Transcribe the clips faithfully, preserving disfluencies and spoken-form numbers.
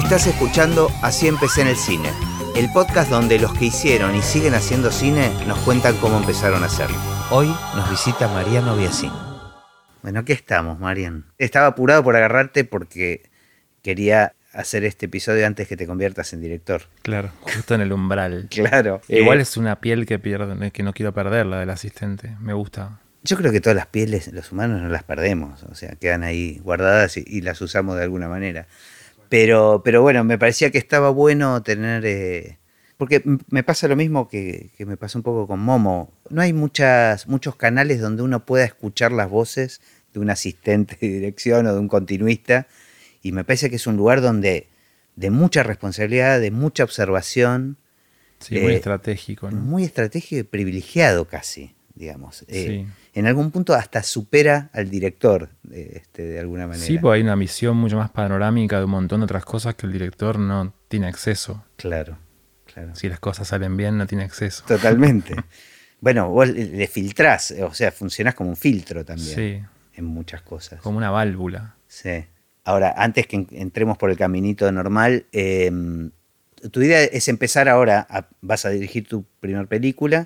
Estás escuchando Así empecé en el cine, el podcast donde los que hicieron y siguen haciendo cine nos cuentan cómo empezaron a hacerlo. Hoy nos visita Mariano Biasín. Bueno, aquí estamos, Marian. Estaba apurado por agarrarte porque quería hacer este episodio antes que te conviertas en director. Claro, justo en el umbral. Claro. Igual eh, es una piel que pierdo, que no quiero perder, la del asistente. Me gusta. Yo creo que todas las pieles, los humanos no las perdemos, o sea, quedan ahí guardadas y, y las usamos de alguna manera. Pero, pero bueno, me parecía que estaba bueno tener... Eh, porque me pasa lo mismo que, que me pasa un poco con Momo. No hay muchas, muchos canales donde uno pueda escuchar las voces de un asistente de dirección o de un continuista. Y me parece que es un lugar donde de mucha responsabilidad, de mucha observación. Sí, muy eh, estratégico, ¿no? Muy estratégico y privilegiado casi, digamos. Eh, Sí. En algún punto hasta supera al director, eh, este, de alguna manera. Sí, pues hay una visión mucho más panorámica de un montón de otras cosas que el director no tiene acceso. Claro, claro. Si las cosas salen bien, no tiene acceso. Totalmente. Bueno, vos le filtrás, o sea, funcionás como un filtro también. Sí, En muchas cosas. como una válvula. Sí. Ahora, antes que entremos por el caminito normal, eh, tu idea es empezar ahora, a, vas a dirigir tu primer película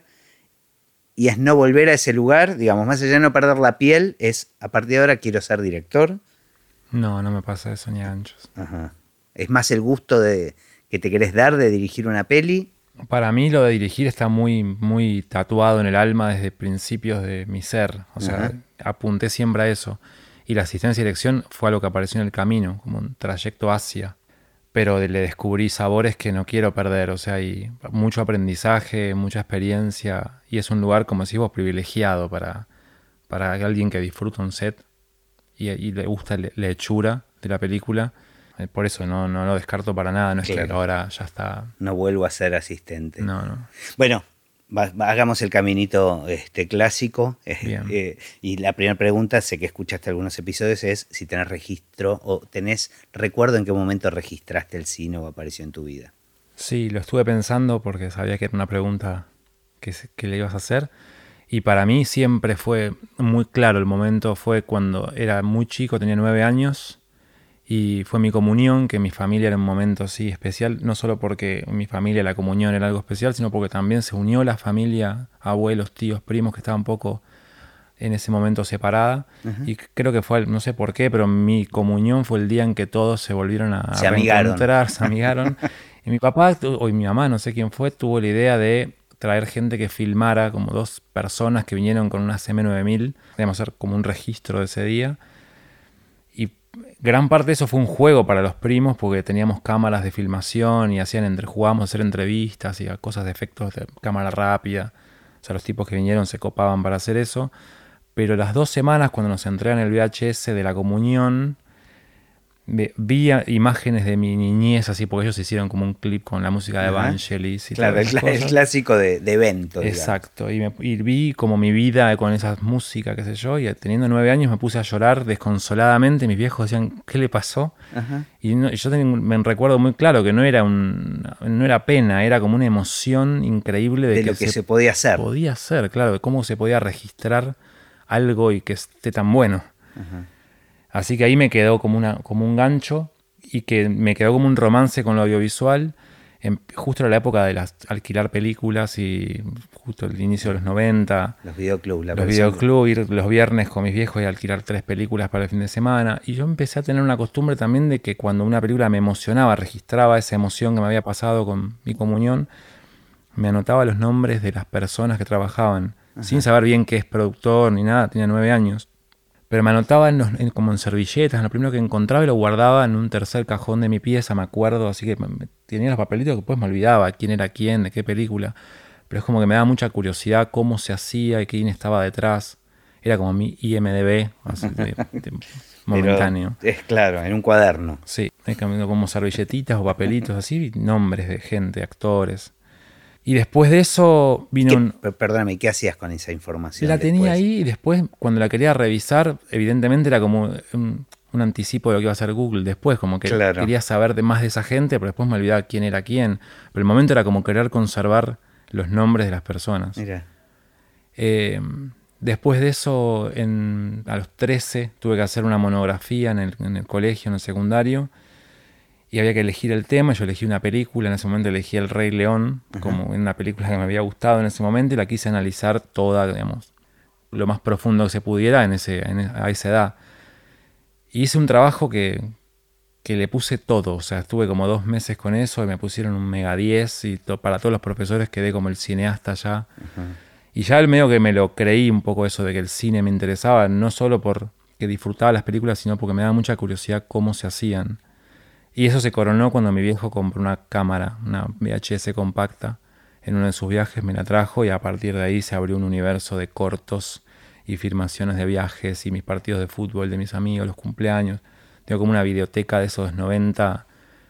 y es no volver a ese lugar, digamos, más allá de no perder la piel, es a partir de ahora quiero ser director. No, no me pasa eso ni a ganchos. Ajá. Es más el gusto de, que te querés dar de dirigir una peli. Para mí lo de dirigir está muy, muy tatuado en el alma desde principios de mi ser. O sea, Ajá. apunté siempre a eso. Y la asistencia y dirección fue algo que apareció en el camino, como un trayecto hacia. Pero le descubrí sabores que no quiero perder. O sea, hay mucho aprendizaje, mucha experiencia. Y es un lugar, como decís vos, privilegiado para, para alguien que disfruta un set y, y le gusta la la hechura de la película. Eh, Por eso no, no lo descarto para nada. No es Claro. que ahora ya está... No vuelvo a ser asistente. No, no. Bueno, va- va- hagamos el caminito este, clásico. eh, Bien. eh, y la primera pregunta, sé que escuchaste algunos episodios, es si tenés registro o tenés recuerdo en qué momento registraste el cine o apareció en tu vida. Sí, lo estuve pensando porque sabía que era una pregunta que, se- que le ibas a hacer. Y para mí siempre fue muy claro el momento. Fue cuando era muy chico, tenía nueve años. Y fue mi comunión, que mi familia era un momento así especial. No solo porque en mi familia la comunión era algo especial, sino porque también se unió la familia, abuelos, tíos, primos, que estaban un poco en ese momento separada. Ajá. Y creo que fue, no sé por qué, pero mi comunión fue el día en que todos se volvieron a Se amigaron. reencontrar, se amigaron. Y mi papá, tu- o mi mamá, no sé quién fue, tuvo la idea de traer gente que filmara, como dos personas que vinieron con unas eme nueve mil. Queríamos hacer como un registro de ese día. Y gran parte de eso fue un juego para los primos, porque teníamos cámaras de filmación y hacían entre, jugábamos a hacer entrevistas y a cosas de efectos de cámara rápida. O sea, los tipos que vinieron se copaban para hacer eso. Pero las dos semanas, cuando nos entregan el ve hache ese de la comunión, ve- vi a- imágenes de mi niñez, así, porque ellos hicieron como un clip con la música de Ajá. Vangelis y Claro, todas el, esas cla- el cosas. clásico de, de evento. digamos. Exacto, y, me, y vi como mi vida con esas músicas, qué sé yo, y teniendo nueve años me puse a llorar desconsoladamente. Mis viejos decían, ¿qué le pasó? Ajá. Y, no- y yo tenía un- me recuerdo muy claro que no era un no era pena, era como una emoción increíble de, De que, lo que se podía hacer. podía hacer, claro, de cómo se podía registrar algo y que esté tan bueno. Ajá. Así que ahí me quedó como, una, como un gancho y que me quedó como un romance con lo audiovisual. En, justo era la época de las, alquilar películas y justo el inicio de los noventa. Los videoclubs. La Los versión- videoclubs, ir los viernes con mis viejos y alquilar tres películas para el fin de semana. Y yo empecé a tener una costumbre también de que cuando una película me emocionaba, registraba esa emoción que me había pasado con mi comunión, me anotaba los nombres de las personas que trabajaban, sin saber bien qué es productor ni nada, tenía nueve años. Pero me anotaba en los- en- como en servilletas, en lo primero que encontraba y lo guardaba en un tercer cajón de mi pieza, me acuerdo, así que me- me- tenía los papelitos que después me olvidaba quién era quién, de qué película. Pero es como que me daba mucha curiosidad cómo se hacía y quién estaba detrás. Era como mi i eme de be, así de- de Pero momentáneo. es claro, en un cuaderno. Sí, he cambiado como servilletitas o papelitos así, nombres de gente, actores. Y después de eso vino ¿Qué- un... per- Perdóname, ¿qué hacías con esa información? La tenía después? ahí y después cuando la quería revisar, evidentemente era como un, un anticipo de lo que iba a hacer Google después, como que Claro. quería saber de más de esa gente, pero después me olvidaba quién era quién. Pero el momento era como querer conservar los nombres de las personas. Mira. Eh, después de eso, en, a los trece, tuve que hacer una monografía en el, en el colegio, en el secundario. y había que elegir el tema. Yo elegí una película, en ese momento elegí El Rey León, uh-huh. como una película que me había gustado en ese momento, y la quise analizar toda, digamos, lo más profundo que se pudiera en ese, en, a esa edad. Y hice un trabajo que, que le puse todo, o sea, estuve como dos meses con eso y me pusieron un mega diez y to, para todos los profesores quedé como el cineasta ya. Uh-huh. Y ya el medio que me lo creí un poco eso de que el cine me interesaba, no solo porque disfrutaba las películas, sino porque me daba mucha curiosidad cómo se hacían. Y eso se coronó cuando mi viejo compró una cámara, una V H S compacta. En uno de sus viajes me la trajo y a partir de ahí se abrió un universo de cortos y filmaciones de viajes y mis partidos de fútbol de mis amigos, los cumpleaños. Tengo como una videoteca de esos noventa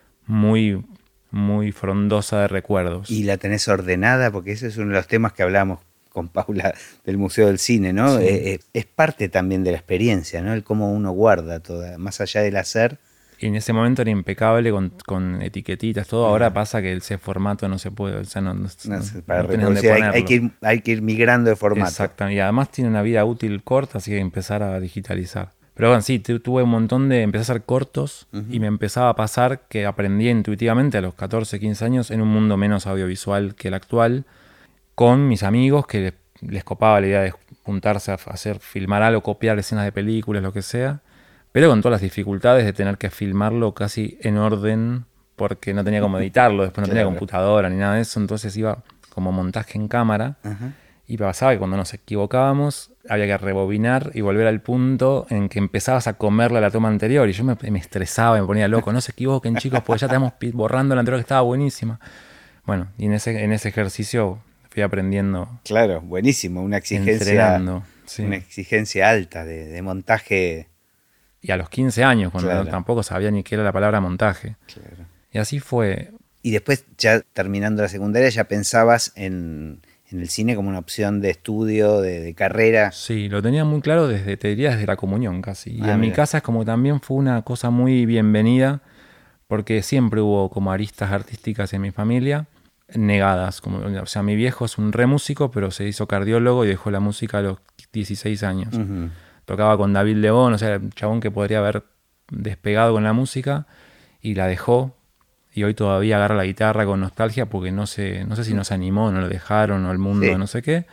muy, muy frondosa de recuerdos. ¿Y la tenés ordenada? Porque ese es uno de los temas que hablamos con Paula del Museo del Cine, ¿no? Sí. Eh, es parte también de la experiencia, ¿no? El cómo uno guarda toda, más allá del hacer. Y en ese momento era impecable con, con etiquetitas, todo. Ahora uh-huh. pasa que ese formato no se puede, o sea, no, no, no, para no tenés dónde ponerlo. Hay, hay, que ir, hay que ir migrando de formato. Exactamente, y además tiene una vida útil corta, así que empezar a digitalizar. Pero bueno, sí, tuve un montón de... Empecé a hacer cortos uh-huh. y me empezaba a pasar que aprendí intuitivamente a los catorce, quince años en un mundo menos audiovisual que el actual, con mis amigos que les, les copaba la idea de juntarse a hacer, filmar algo, copiar escenas de películas, lo que sea, pero con todas las dificultades de tener que filmarlo casi en orden porque no tenía cómo editarlo, después no claro. tenía computadora ni nada de eso, entonces iba como montaje en cámara. Uh-huh. Y pasaba que cuando nos equivocábamos había que rebobinar y volver al punto en que empezabas a comerle a la toma anterior. Y yo me, me estresaba, me ponía loco. No se equivoquen, chicos, porque ya estamos borrando la anterior que estaba buenísima. Bueno, y en ese, en ese ejercicio fui aprendiendo. Claro, buenísimo. Una exigencia, sí. una exigencia alta de, de montaje. Y a los quince años, cuando claro. tampoco sabía ni qué era la palabra montaje. Claro. Y así fue. Y después, ya terminando la secundaria, ya pensabas en... en el cine como una opción de estudio, de, de carrera. Sí, lo tenía muy claro desde, te diría, desde la comunión casi. Y ah, en mira. mi casa es como también fue una cosa muy bienvenida, porque siempre hubo como aristas artísticas en mi familia, negadas. Como, o sea, mi viejo es un re músico, pero se hizo cardiólogo y dejó la música a los dieciséis años. Uh-huh. Tocaba con David Lebón, o sea, el chabón que podría haber despegado con la música, y la dejó. Y hoy todavía agarra la guitarra con nostalgia porque no sé, no sé si no se animó, no lo dejaron, o el mundo, sí. no sé qué.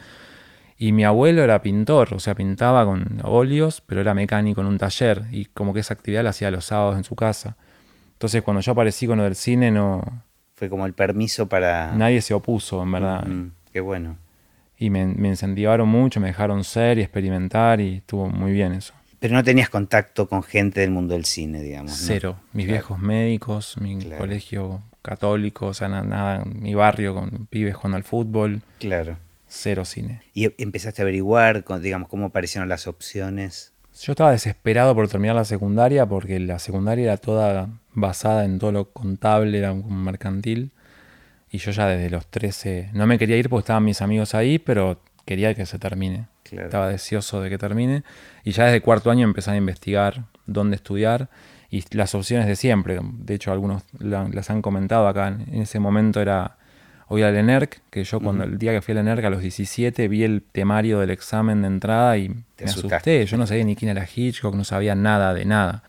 Y mi abuelo era pintor, o sea, pintaba con óleos, pero era mecánico en un taller. Y como que esa actividad la hacía los sábados en su casa. Entonces, cuando yo aparecí con lo del cine, no... Fue como el permiso para... Nadie se opuso, en verdad. Mm, qué bueno. Y me, me incentivaron mucho, me dejaron ser y experimentar, y estuvo muy bien eso. Pero no tenías contacto con gente del mundo del cine, digamos, ¿no? Cero. Mis claro. viejos médicos, mi claro. colegio católico, o sea, nada, nada, mi barrio con pibes jugando al fútbol. Claro. Cero cine. ¿Y empezaste a averiguar, digamos, cómo aparecieron las opciones? Yo estaba desesperado por terminar la secundaria porque la secundaria era toda basada en todo lo contable, era un mercantil. Y yo ya desde los trece no me quería ir porque estaban mis amigos ahí, pero quería que se termine. Claro. Estaba deseoso de que termine. Y ya desde cuarto año empecé a investigar dónde estudiar y las opciones de siempre. De hecho, algunos las han comentado acá. En ese momento era o ir al ENERC, que yo cuando uh-huh. el día que fui al ENERC a los diecisiete vi el temario del examen de entrada y Te me asustaste. asusté. Yo no sabía ni quién era Hitchcock, no sabía nada de nada.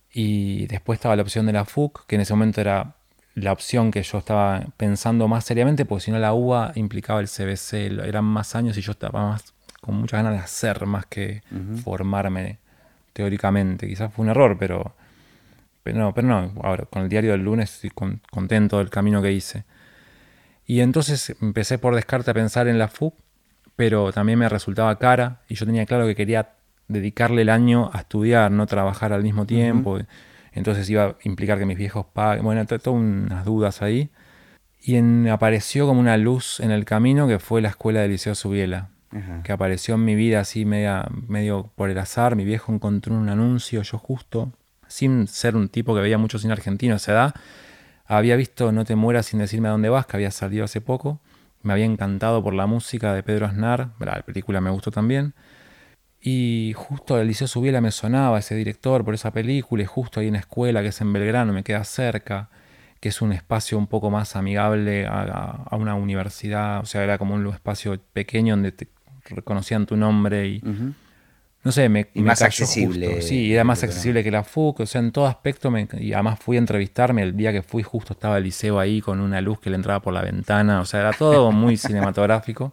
Y después estaba la opción de la F U C, que en ese momento era la opción que yo estaba pensando más seriamente, porque si no la U B A implicaba el C B C, eran más años y yo estaba más con muchas ganas de hacer más que uh-huh. formarme teóricamente. Quizás fue un error, pero, pero no, pero no. Ahora, con el diario del lunes estoy con, contento del camino que hice. Y entonces empecé por descarte a pensar en la F U C, pero también me resultaba cara y yo tenía claro que quería dedicarle el año a estudiar, no trabajar al mismo tiempo. Uh-huh. Entonces iba a implicar que mis viejos paguen. Bueno, todas unas dudas ahí. Y en, apareció como una luz en el camino que fue la escuela de Liceo Subiela. Uh-huh. Que apareció en mi vida así media, medio por el azar. Mi viejo encontró un anuncio, yo justo, sin ser un tipo que veía mucho cine argentino a esa edad, había visto No te mueras sin decirme a dónde vas, que había salido hace poco. Me había encantado por la música de Pedro Aznar. La película me gustó también. Y justo el Liceo Subiela me sonaba ese director por esa película, y justo hay una escuela que es en Belgrano, me queda cerca, que es un espacio un poco más amigable a, a una universidad, o sea, era como un espacio pequeño donde te reconocían tu nombre y... Uh-huh. no sé, me, y me más cayó accesible. justo. Sí, era más accesible que la F U C, o sea, en todo aspecto, me, y además fui a entrevistarme, el día que fui justo estaba el liceo ahí con una luz que le entraba por la ventana, o sea, era todo muy cinematográfico.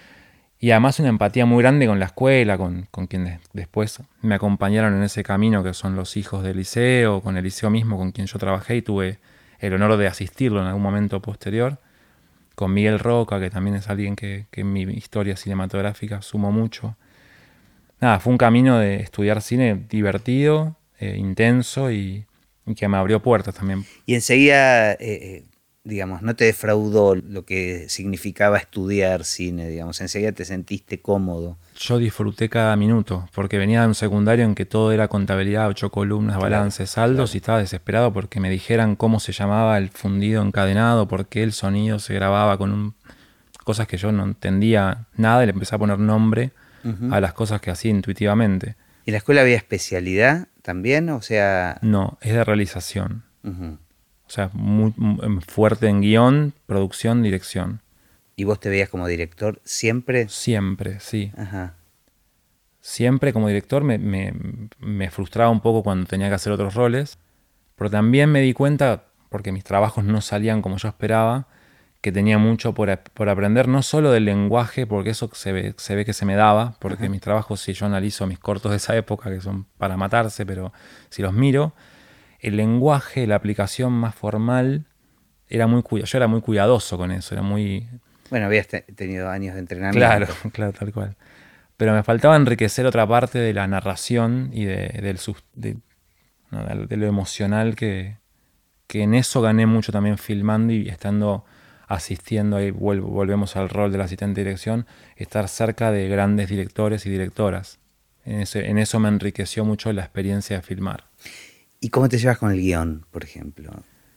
Y además una empatía muy grande con la escuela, con, con quienes después me acompañaron en ese camino, que son los hijos del liceo, con el liceo mismo con quien yo trabajé y tuve el honor de asistirlo en algún momento posterior, con Miguel Roca, que también es alguien que, que en mi historia cinematográfica sumo mucho. Nada, fue un camino de estudiar cine divertido, eh, intenso y, y que me abrió puertas también. Y enseguida, eh, eh, digamos, no te defraudó lo que significaba estudiar cine, digamos, enseguida te sentiste cómodo. Yo disfruté cada minuto, porque venía de un secundario en que todo era contabilidad, ocho columnas, Claro, balances, saldos, claro. y estaba desesperado porque me dijeran cómo se llamaba el fundido encadenado, por qué el sonido se grababa con un... cosas que yo no entendía nada y le empecé a poner nombre Uh-huh. a las cosas que hacía intuitivamente. ¿Y en la escuela había especialidad también? O sea... No, es de realización. Uh-huh. O sea, muy, muy fuerte en guión, producción, dirección. ¿Y vos te veías como director siempre? Siempre, sí. Ajá. Siempre como director me, me, me frustraba un poco cuando tenía que hacer otros roles, pero también me di cuenta, porque mis trabajos no salían como yo esperaba, que tenía mucho por, por aprender, no solo del lenguaje, porque eso se ve, se ve que se me daba, porque Ajá. mis trabajos, si yo analizo mis cortos de esa época, que son para matarse, pero si los miro, el lenguaje, la aplicación más formal, era muy cuida- yo era muy cuidadoso con eso, era muy... Bueno, habías te- tenido años de entrenamiento. Claro, claro, tal cual. Pero me faltaba enriquecer otra parte de la narración y de, del, de, no, de lo emocional que, que en eso gané mucho también filmando y estando asistiendo, ahí vuelvo, volvemos al rol del asistente de dirección, estar cerca de grandes directores y directoras. En, ese, en eso me enriqueció mucho la experiencia de filmar. ¿Y cómo te llevas con el guión, por ejemplo?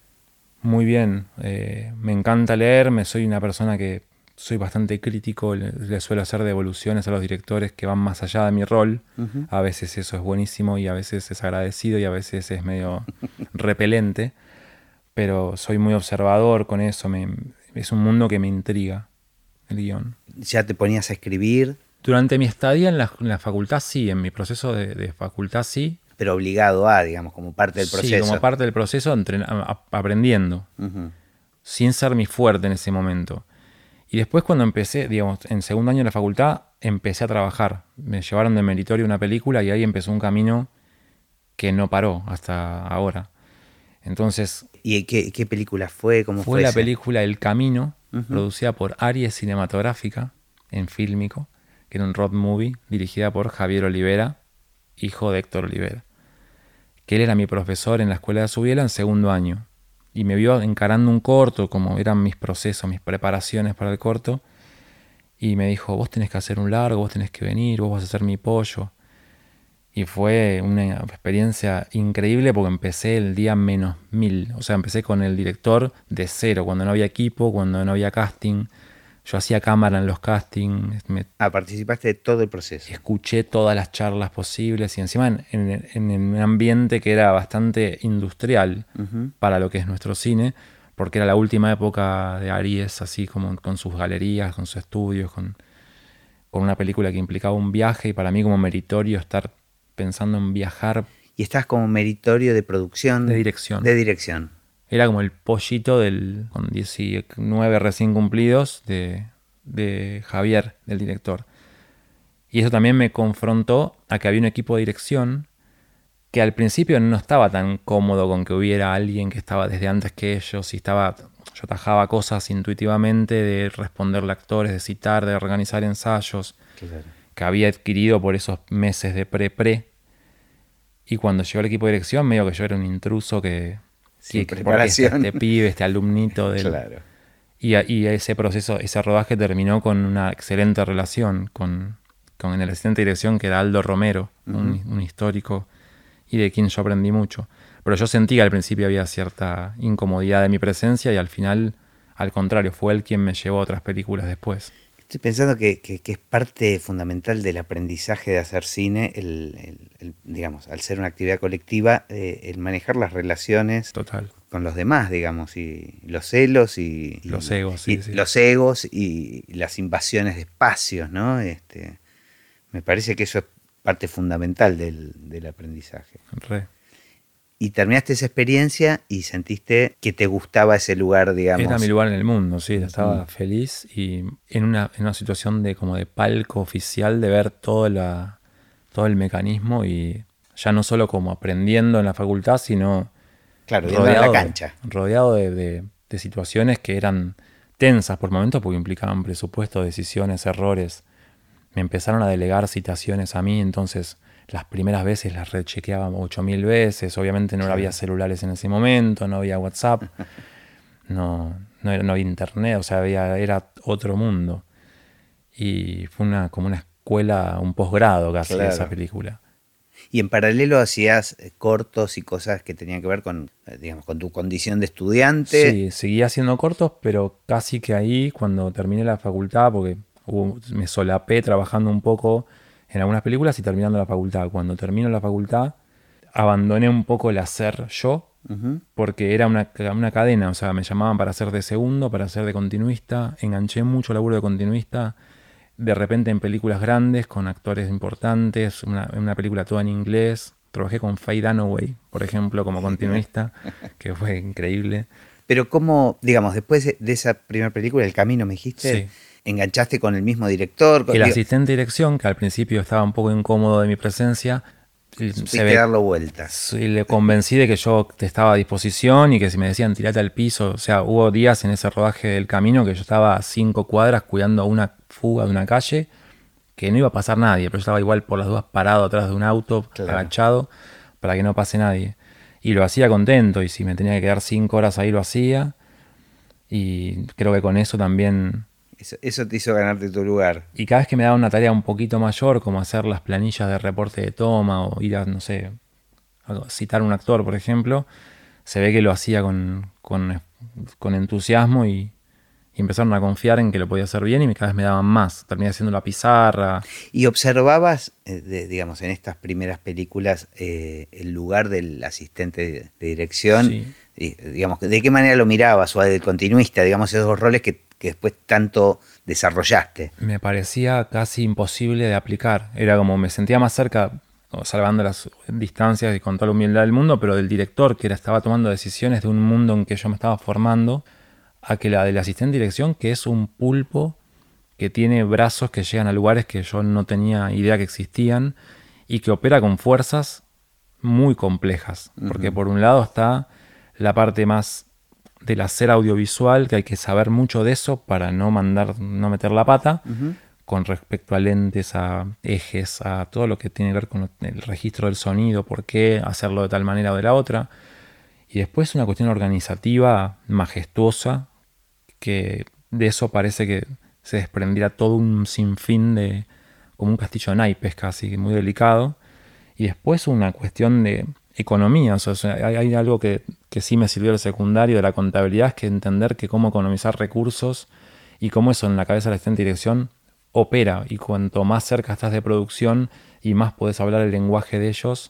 Muy bien, eh, me encanta leer, me soy una persona que soy bastante crítico, le, le suelo hacer devoluciones a los directores que van más allá de mi rol. Uh-huh. A veces eso es buenísimo y a veces es agradecido y a veces es medio repelente, pero soy muy observador con eso, me, es un mundo que me intriga, el guión. ¿Ya te ponías a escribir? Durante mi estadía en la, en la facultad sí, en mi proceso de, de facultad sí. Pero obligado a, digamos, como parte del proceso. Sí, como parte del proceso, entren, a, a, aprendiendo, uh-huh. sin ser mi fuerte en ese momento. Y después cuando empecé, digamos, en segundo año de la facultad, empecé a trabajar. Me llevaron de meritorio una película y ahí empezó un camino que no paró hasta ahora. Entonces... ¿Y qué, qué película fue? ¿Cómo fue? Fue la ese? película El Camino, uh-huh. producida por Aries Cinematográfica, en Fílmico, que era un road movie, dirigida por Javier Olivera, hijo de Héctor Olivera. Que él era mi profesor en la escuela de Subiela en segundo año. Y me vio encarando un corto, como eran mis procesos, mis preparaciones para el corto. Y me dijo, vos tenés que hacer un largo, vos tenés que venir, vos vas a ser mi pollo. Y fue una experiencia increíble porque empecé el día menos mil. O sea, empecé con el director de cero, cuando no había equipo, cuando no había casting. Yo hacía cámara en los castings. Me... Ah, participaste de todo el proceso. Escuché todas las charlas posibles y encima en, en, en un ambiente que era bastante industrial uh-huh. para lo que es nuestro cine, porque era la última época de Aries, así como con sus galerías, con sus estudios, con, con una película que implicaba un viaje y para mí como meritorio estar pensando en viajar. ¿Y estás como meritorio de producción? De dirección. De dirección. Era como el pollito del con diecinueve recién cumplidos de, de Javier, del director. Y eso también me confrontó a que había un equipo de dirección que al principio no estaba tan cómodo con que hubiera alguien que estaba desde antes que ellos y estaba, yo tajaba cosas intuitivamente de responderle a actores, de citar, de organizar ensayos claro. que había adquirido por esos meses de pre-pre. Y cuando llegó el equipo de dirección, medio que yo era un intruso que... Sin que, preparación. Este, este pibe, este alumnito del... Claro. Y, y ese proceso, ese rodaje terminó con una excelente relación con, con el asistente de dirección que era Aldo Romero, uh-huh. un, un histórico y de quien yo aprendí mucho. Pero yo sentí que al principio había cierta incomodidad de mi presencia y al final, al contrario, fue él quien me llevó a otras películas después. Estoy pensando que, que, que es parte fundamental del aprendizaje de hacer cine, el, el, el, digamos, al ser una actividad colectiva, eh, el manejar las relaciones Total. con los demás, digamos, y los celos y, y los egos, sí, y sí. los egos y, y las invasiones de espacios, ¿no? Este, me parece que eso es parte fundamental del, del aprendizaje. Re. Y terminaste esa experiencia y sentiste que te gustaba ese lugar, digamos. Era mi lugar en el mundo, sí, estaba mm. feliz y en una, en una situación de como de palco oficial, de ver todo, la, todo el mecanismo y ya no solo como aprendiendo en la facultad, sino claro, rodeado, en la cancha. rodeado de, de, de situaciones que eran tensas por momentos porque implicaban presupuesto, decisiones, errores. Me empezaron a delegar citaciones a mí, entonces las primeras veces las rechequeaba ocho mil veces. Obviamente no sí. había celulares en ese momento, no había WhatsApp, no, no, era, no había internet, o sea, había, era otro mundo. Y fue una, como una escuela, un posgrado casi claro. esa película. Y en paralelo hacías cortos y cosas que tenían que ver con, digamos, con tu condición de estudiante. Sí, seguía haciendo cortos, pero casi que ahí, cuando terminé la facultad, porque hubo, me solapé trabajando un poco en algunas películas y terminando la facultad. Cuando termino la facultad, abandoné un poco el hacer yo, uh-huh. porque era una, una cadena, o sea, me llamaban para hacer de segundo, para hacer de continuista, enganché mucho laburo de continuista, de repente en películas grandes, con actores importantes, una, una película toda en inglés, trabajé con Faye Dunaway, por ejemplo, como continuista, que fue increíble. Pero cómo, digamos, después de esa primera película, El Camino, me dijiste... Sí. ¿Enganchaste con el mismo director? El asistente de dirección, que al principio estaba un poco incómodo de mi presencia, se ve darlo vueltas. Y le convencí de que yo estaba a disposición y que si me decían tirate al piso, o sea, hubo días en ese rodaje del Camino que yo estaba a cinco cuadras cuidando una fuga de una calle que no iba a pasar nadie, pero yo estaba igual por las dudas parado atrás de un auto, claro. agachado, para que no pase nadie. Y lo hacía contento, y si me tenía que quedar cinco horas ahí lo hacía, y creo que con eso también... Eso, eso te hizo ganarte tu lugar. Y cada vez que me daban una tarea un poquito mayor, como hacer las planillas de reporte de toma o ir a, no sé, a citar a un actor, por ejemplo, se ve que lo hacía con, con, con entusiasmo y, y empezaron a confiar en que lo podía hacer bien y cada vez me daban más. Terminé haciendo la pizarra. ¿Y observabas, eh, de, digamos, en estas primeras películas eh, el lugar del asistente de, de dirección? Sí. Y, digamos, ¿de qué manera lo mirabas? O del continuista, digamos, esos roles que que después tanto desarrollaste. Me parecía casi imposible de aplicar. Era como me sentía más cerca, salvando las distancias y con toda la humildad del mundo, pero del director que era, estaba tomando decisiones de un mundo en que yo me estaba formando, a que la del asistente de dirección, que es un pulpo que tiene brazos que llegan a lugares que yo no tenía idea que existían y que opera con fuerzas muy complejas. Uh-huh. Porque por un lado está la parte más del hacer audiovisual, que hay que saber mucho de eso para no mandar, no meter la pata, uh-huh. con respecto a lentes, a ejes, a todo lo que tiene que ver con el registro del sonido, por qué hacerlo de tal manera o de la otra. Y después una cuestión organizativa majestuosa, que de eso parece que se desprendiera todo un sinfín de, como un castillo de naipes casi, muy delicado. Y después una cuestión de economía, o sea, hay, hay algo que, que sí me sirvió el secundario de la contabilidad, es que entender que cómo economizar recursos y cómo eso en la cabeza del asistente de dirección opera, y cuanto más cerca estás de producción y más podés hablar el lenguaje de ellos,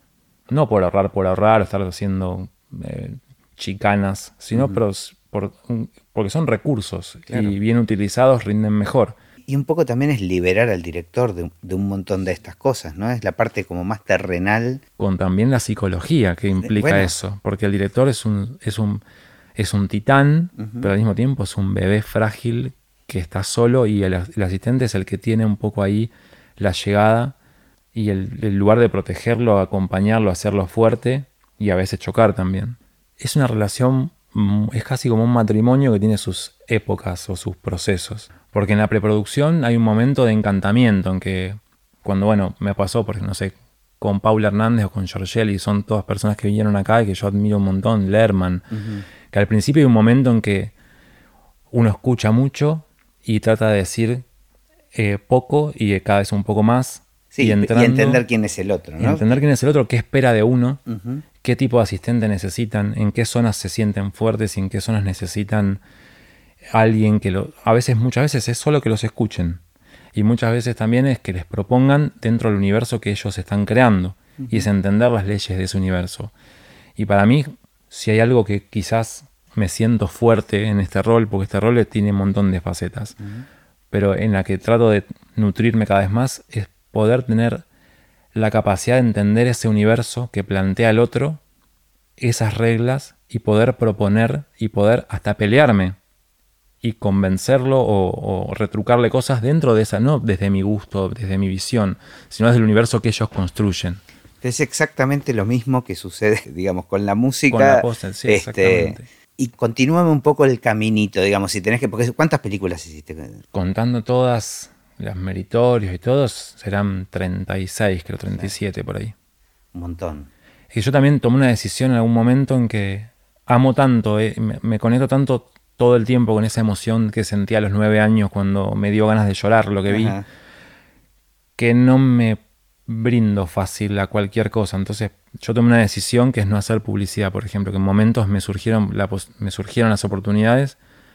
no por ahorrar por ahorrar o estar haciendo eh, chicanas, sino uh-huh. por, por, porque son recursos, claro. y bien utilizados rinden mejor. Y un poco también es liberar al director de, de un montón de estas cosas, ¿no? Es la parte como más terrenal. Con también la psicología que implica bueno. eso, porque el director es un, es un, es un titán, uh-huh. pero al mismo tiempo es un bebé frágil que está solo, y el, el asistente es el que tiene un poco ahí la llegada y el, el lugar de protegerlo, acompañarlo, hacerlo fuerte y a veces chocar también. Es una relación, es casi como un matrimonio que tiene sus épocas o sus procesos. Porque en la preproducción hay un momento de encantamiento en que, cuando, bueno, me pasó, porque no sé, con Paula Hernández o con Giorgelli, son todas personas que vinieron acá y que yo admiro un montón, Lerman, uh-huh. que al principio hay un momento en que uno escucha mucho y trata de decir eh, poco y cada vez un poco más. Sí, y, entrando, y entender quién es el otro, ¿no? Y entender quién es el otro, qué espera de uno, uh-huh. qué tipo de asistente necesitan, en qué zonas se sienten fuertes y en qué zonas necesitan alguien que lo, a veces, muchas veces es solo que los escuchen, y muchas veces también es que les propongan dentro del universo que ellos están creando, uh-huh. y es entender las leyes de ese universo. Y para mí, si hay algo que quizás me siento fuerte en este rol, porque este rol tiene un montón de facetas, uh-huh. pero en la que trato de nutrirme cada vez más, es poder tener la capacidad de entender ese universo que plantea el otro, esas reglas, y poder proponer y poder hasta pelearme y convencerlo o, o retrucarle cosas dentro de esa, no desde mi gusto, desde mi visión, sino desde el universo que ellos construyen. Es exactamente lo mismo que sucede, digamos, con la música. Con la posta, sí, este, exactamente. Y continúame un poco el caminito, digamos, si tenés que... Porque ¿cuántas películas hiciste? Contando todas las meritorios y todos, serán treinta y seis, creo, treinta y siete por ahí. Un montón. Y yo también tomé una decisión en algún momento en que amo tanto, eh, me, me conecto tanto todo el tiempo con esa emoción que sentí a los nueve años cuando me dio ganas de llorar lo que vi, Ajá. que no me brindo fácil a cualquier cosa. Entonces yo tomé una decisión que es no hacer publicidad, por ejemplo, que en momentos me surgieron, la, me surgieron las oportunidades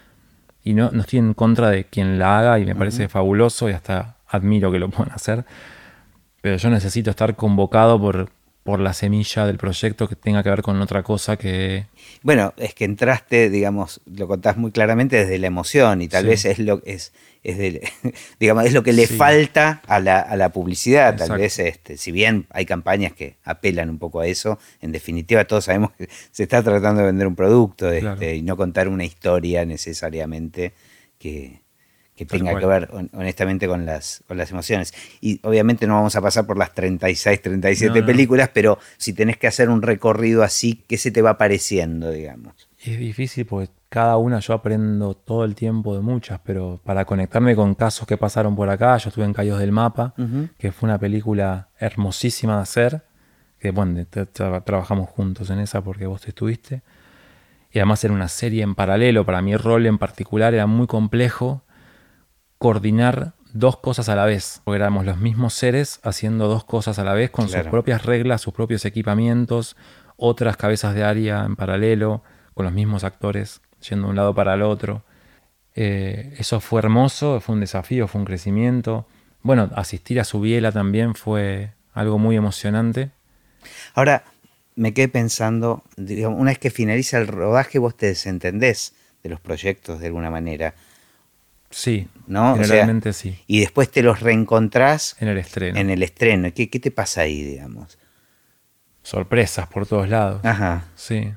y no, no estoy en contra de quien la haga y me uh-huh. parece fabuloso y hasta admiro que lo puedan hacer, pero yo necesito estar convocado por... por la semilla del proyecto que tenga que ver con otra cosa que... Bueno, es que entraste, digamos, lo contás muy claramente desde la emoción y tal sí. vez es lo es, es, de, digamos, es lo que le sí. falta a la, a la publicidad. Exacto. Tal vez, este, si bien hay campañas que apelan un poco a eso, en definitiva todos sabemos que se está tratando de vender un producto este, claro. y no contar una historia necesariamente que... que tenga que ver honestamente con las, con las emociones. Y obviamente no vamos a pasar por las treinta y seis, treinta y siete no, no. películas, pero si tenés que hacer un recorrido así, ¿qué se te va pareciendo, digamos? Es difícil porque cada una yo aprendo todo el tiempo de muchas, pero para conectarme con casos que pasaron por acá, yo estuve en Caídos del Mapa, uh-huh. que fue una película hermosísima de hacer, que bueno, te, tra- trabajamos juntos en esa porque vos estuviste, y además era una serie en paralelo, para mi rol en particular era muy complejo, coordinar dos cosas a la vez, porque éramos los mismos seres haciendo dos cosas a la vez con claro. sus propias reglas, sus propios equipamientos, otras cabezas de área en paralelo, con los mismos actores yendo de un lado para el otro. Eh, eso fue hermoso, fue un desafío, fue un crecimiento. Bueno, asistir a Subiela también fue algo muy emocionante. Ahora, me quedé pensando, digamos, una vez que finaliza el rodaje vos te desentendés de los proyectos de alguna manera. Sí, ¿no? generalmente o sea, sí. Y después te los reencontrás en el estreno. En el estreno. ¿Qué, qué te pasa ahí, digamos? Sorpresas por todos lados. Ajá. Sí.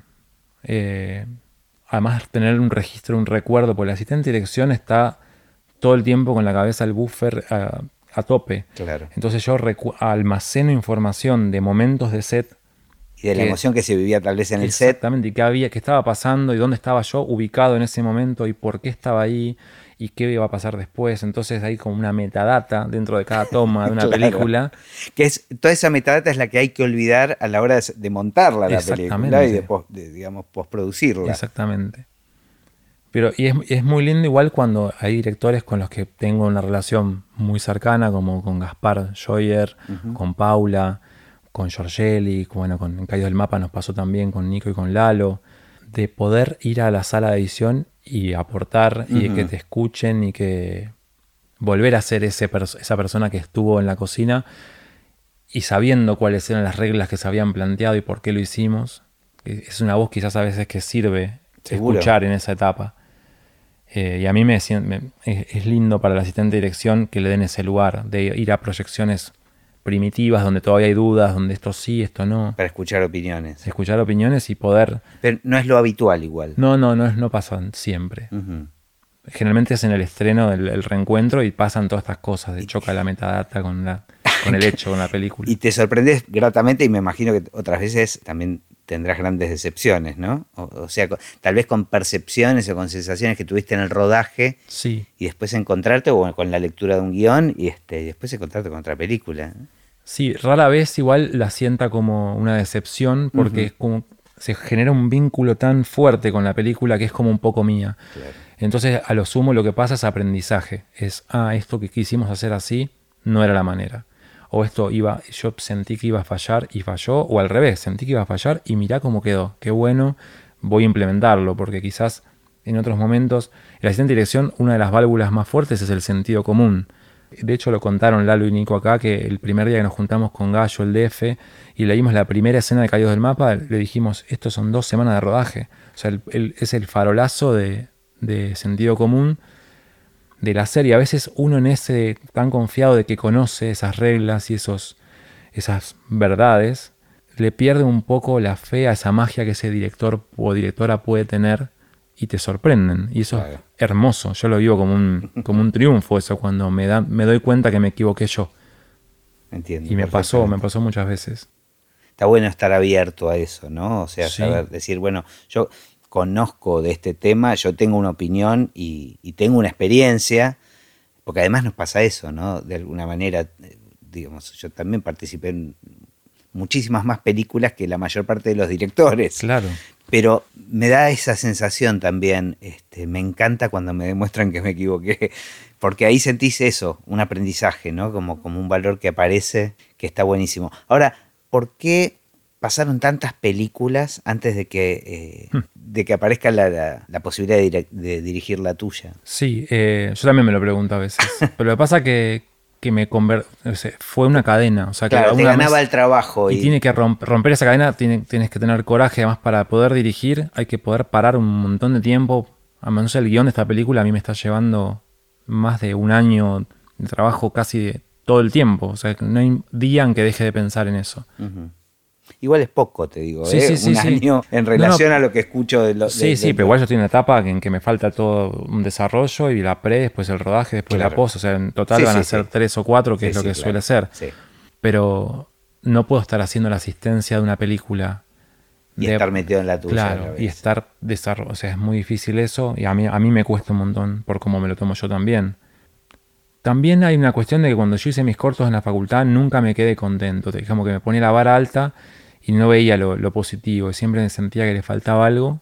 Eh, además, tener un registro, un recuerdo, porque el asistente de dirección está todo el tiempo con la cabeza al buffer a, a tope. Claro. Entonces yo recu- almaceno información de momentos de set. Y de la que, emoción que se vivía tal vez en el set. Exactamente, y qué había, qué estaba pasando y dónde estaba yo ubicado en ese momento y por qué estaba ahí y qué iba a pasar después. Entonces hay como una metadata dentro de cada toma de una claro. película. Que es, toda esa metadata es la que hay que olvidar a la hora de, de montarla la película y de, post, de digamos, postproducirla. Exactamente. Pero y es, es muy lindo igual cuando hay directores con los que tengo una relación muy cercana, como con Gaspar Joyer, uh-huh. con Paula, con Giorgelli, bueno, con en Caídos del Mapa nos pasó también con Nico y con Lalo, de poder ir a la sala de edición y aportar uh-huh. y que te escuchen y que volver a ser ese pers- esa persona que estuvo en la cocina y sabiendo cuáles eran las reglas que se habían planteado y por qué lo hicimos. Es una voz quizás a veces que sirve ¿Seguro? Escuchar en esa etapa. Eh, y a mí me, me es, es lindo para el asistente de dirección que le den ese lugar de ir a proyecciones primitivas, donde todavía hay dudas, donde esto sí, esto no. Para escuchar opiniones. Escuchar opiniones y poder... Pero no es lo habitual igual. No, no, no, es, no pasa siempre. Uh-huh. Generalmente es en el estreno del el reencuentro y pasan todas estas cosas, de choca la metadata con, la, con el hecho, con la película. Y te sorprendes gratamente y me imagino que otras veces también tendrás grandes decepciones, ¿no? O, o sea, tal vez con percepciones o con sensaciones que tuviste en el rodaje sí. y después encontrarte o con la lectura de un guión y este, después encontrarte con otra película. Sí, rara vez igual la sienta como una decepción porque uh-huh. es como, se genera un vínculo tan fuerte con la película que es como un poco mía. Claro. Entonces, a lo sumo lo que pasa es aprendizaje. Es, ah, esto que quisimos hacer así no era la manera. O esto iba, yo sentí que iba a fallar y falló, o al revés, sentí que iba a fallar y mirá cómo quedó. Qué bueno, voy a implementarlo, porque quizás en otros momentos, el asistente de dirección, una de las válvulas más fuertes es el sentido común. De hecho, lo contaron Lalo y Nico acá, que el primer día que nos juntamos con Gallo, el D F, y leímos la primera escena de Caídos del Mapa, le dijimos, estos son dos semanas de rodaje. O sea, el, el, es el farolazo de, de sentido común de la serie. A veces uno en ese tan confiado de que conoce esas reglas y esos, esas verdades, le pierde un poco la fe a esa magia que ese director o directora puede tener y te sorprenden. Y eso claro. es hermoso. Yo lo vivo como un, como un triunfo eso, cuando me, da, me doy cuenta que me equivoqué yo. Entiendo. Y me pasó, me pasó muchas veces. Está bueno estar abierto a eso, ¿no? O sea, Sí. saber decir, bueno, yo conozco de este tema, yo tengo una opinión y, y tengo una experiencia, porque además nos pasa eso, ¿no? De alguna manera, digamos, yo también participé en muchísimas más películas que la mayor parte de los directores. Claro. Pero me da esa sensación también, este, me encanta cuando me demuestran que me equivoqué, porque ahí sentís eso, un aprendizaje, ¿no? Como, como un valor que aparece, que está buenísimo. Ahora, ¿por qué pasaron tantas películas antes de que, eh, hmm. de que aparezca la, la, la posibilidad de, direct, de dirigir la tuya? Sí, eh, yo también me lo pregunto a veces. Pero lo que pasa que, que me conver... o sea, fue una cadena. O sea, que claro, te ganaba mes... el trabajo. Y, y tiene que romper, romper esa cadena, tiene, tienes que tener coraje. Además, para poder dirigir hay que poder parar un montón de tiempo. Además, no sé, el guión de esta película a mí me está llevando más de un año de trabajo casi de todo el tiempo. O sea, no hay día en que deje de pensar en eso. Uh-huh. Igual es poco, te digo, sí, ¿eh? sí, sí, un sí. año en relación no, no. a lo que escucho de los... Sí, de, sí, de, pero igual yo estoy en una etapa en que me falta todo un desarrollo y la pre, después el rodaje, después claro. la post. O sea, en total sí, van sí, a ser sí. tres o cuatro, que sí, es lo sí, que claro. suele ser. Sí. Pero no puedo estar haciendo la asistencia de una película. Y de, estar metido en la tuya. Claro, y estar desarrollo. O sea, es muy difícil eso y a mí, a mí me cuesta un montón por cómo me lo tomo yo también. También hay una cuestión de que cuando yo hice mis cortos en la facultad nunca me quedé contento. Digamos que me ponía la vara alta y no veía lo, lo positivo. Siempre me sentía que le faltaba algo.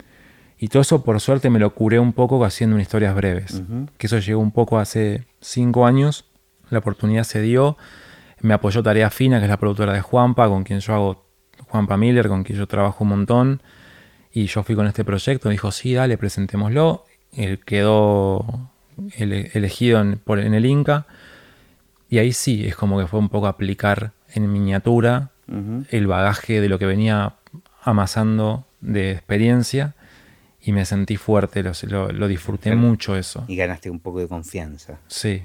Y todo eso, por suerte, me lo curé un poco haciendo unas historias breves. Uh-huh. Que eso llegó un poco hace cinco años. La oportunidad se dio. Me apoyó Tarea Fina, que es la productora de Juanpa, con quien yo hago, Juanpa Miller, con quien yo trabajo un montón. Y yo fui con este proyecto. Me dijo, sí, dale, presentémoslo. Él quedó ele- elegido en, por, en el Inca. Y ahí sí, es como que fue un poco aplicar en miniatura uh-huh. el bagaje de lo que venía amasando de experiencia y me sentí fuerte, lo, lo, lo disfruté claro. mucho eso. Y ganaste un poco de confianza. Sí.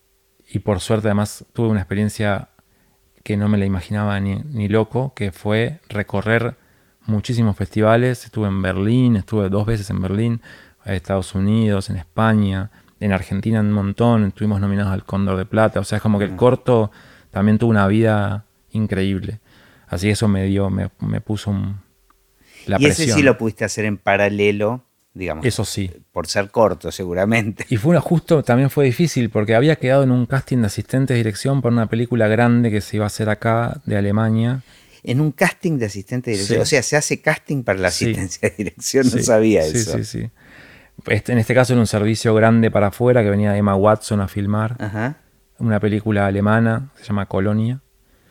Y por suerte además tuve una experiencia que no me la imaginaba ni, ni loco, que fue recorrer muchísimos festivales. Estuve en Berlín, estuve dos veces en Berlín, en Estados Unidos, en España, en Argentina un montón, estuvimos nominados al Cóndor de Plata. O sea, es como que el corto también tuvo una vida increíble. Así que eso me dio, me, me puso un, la y presión. Ese sí lo pudiste hacer en paralelo, digamos. Eso sí. Por ser corto, seguramente. Y fue una, justo, también fue difícil, porque había quedado en un casting de asistente de dirección para una película grande que se iba a hacer acá, de Alemania. En un casting de asistente de dirección. Sí. O sea, se hace casting para la asistencia sí. de dirección, no sí. sabía sí, eso. Sí, sí, sí. Este, en este caso era un servicio grande para afuera, que venía Emma Watson a filmar. Ajá. Una película alemana, se llama Colonia.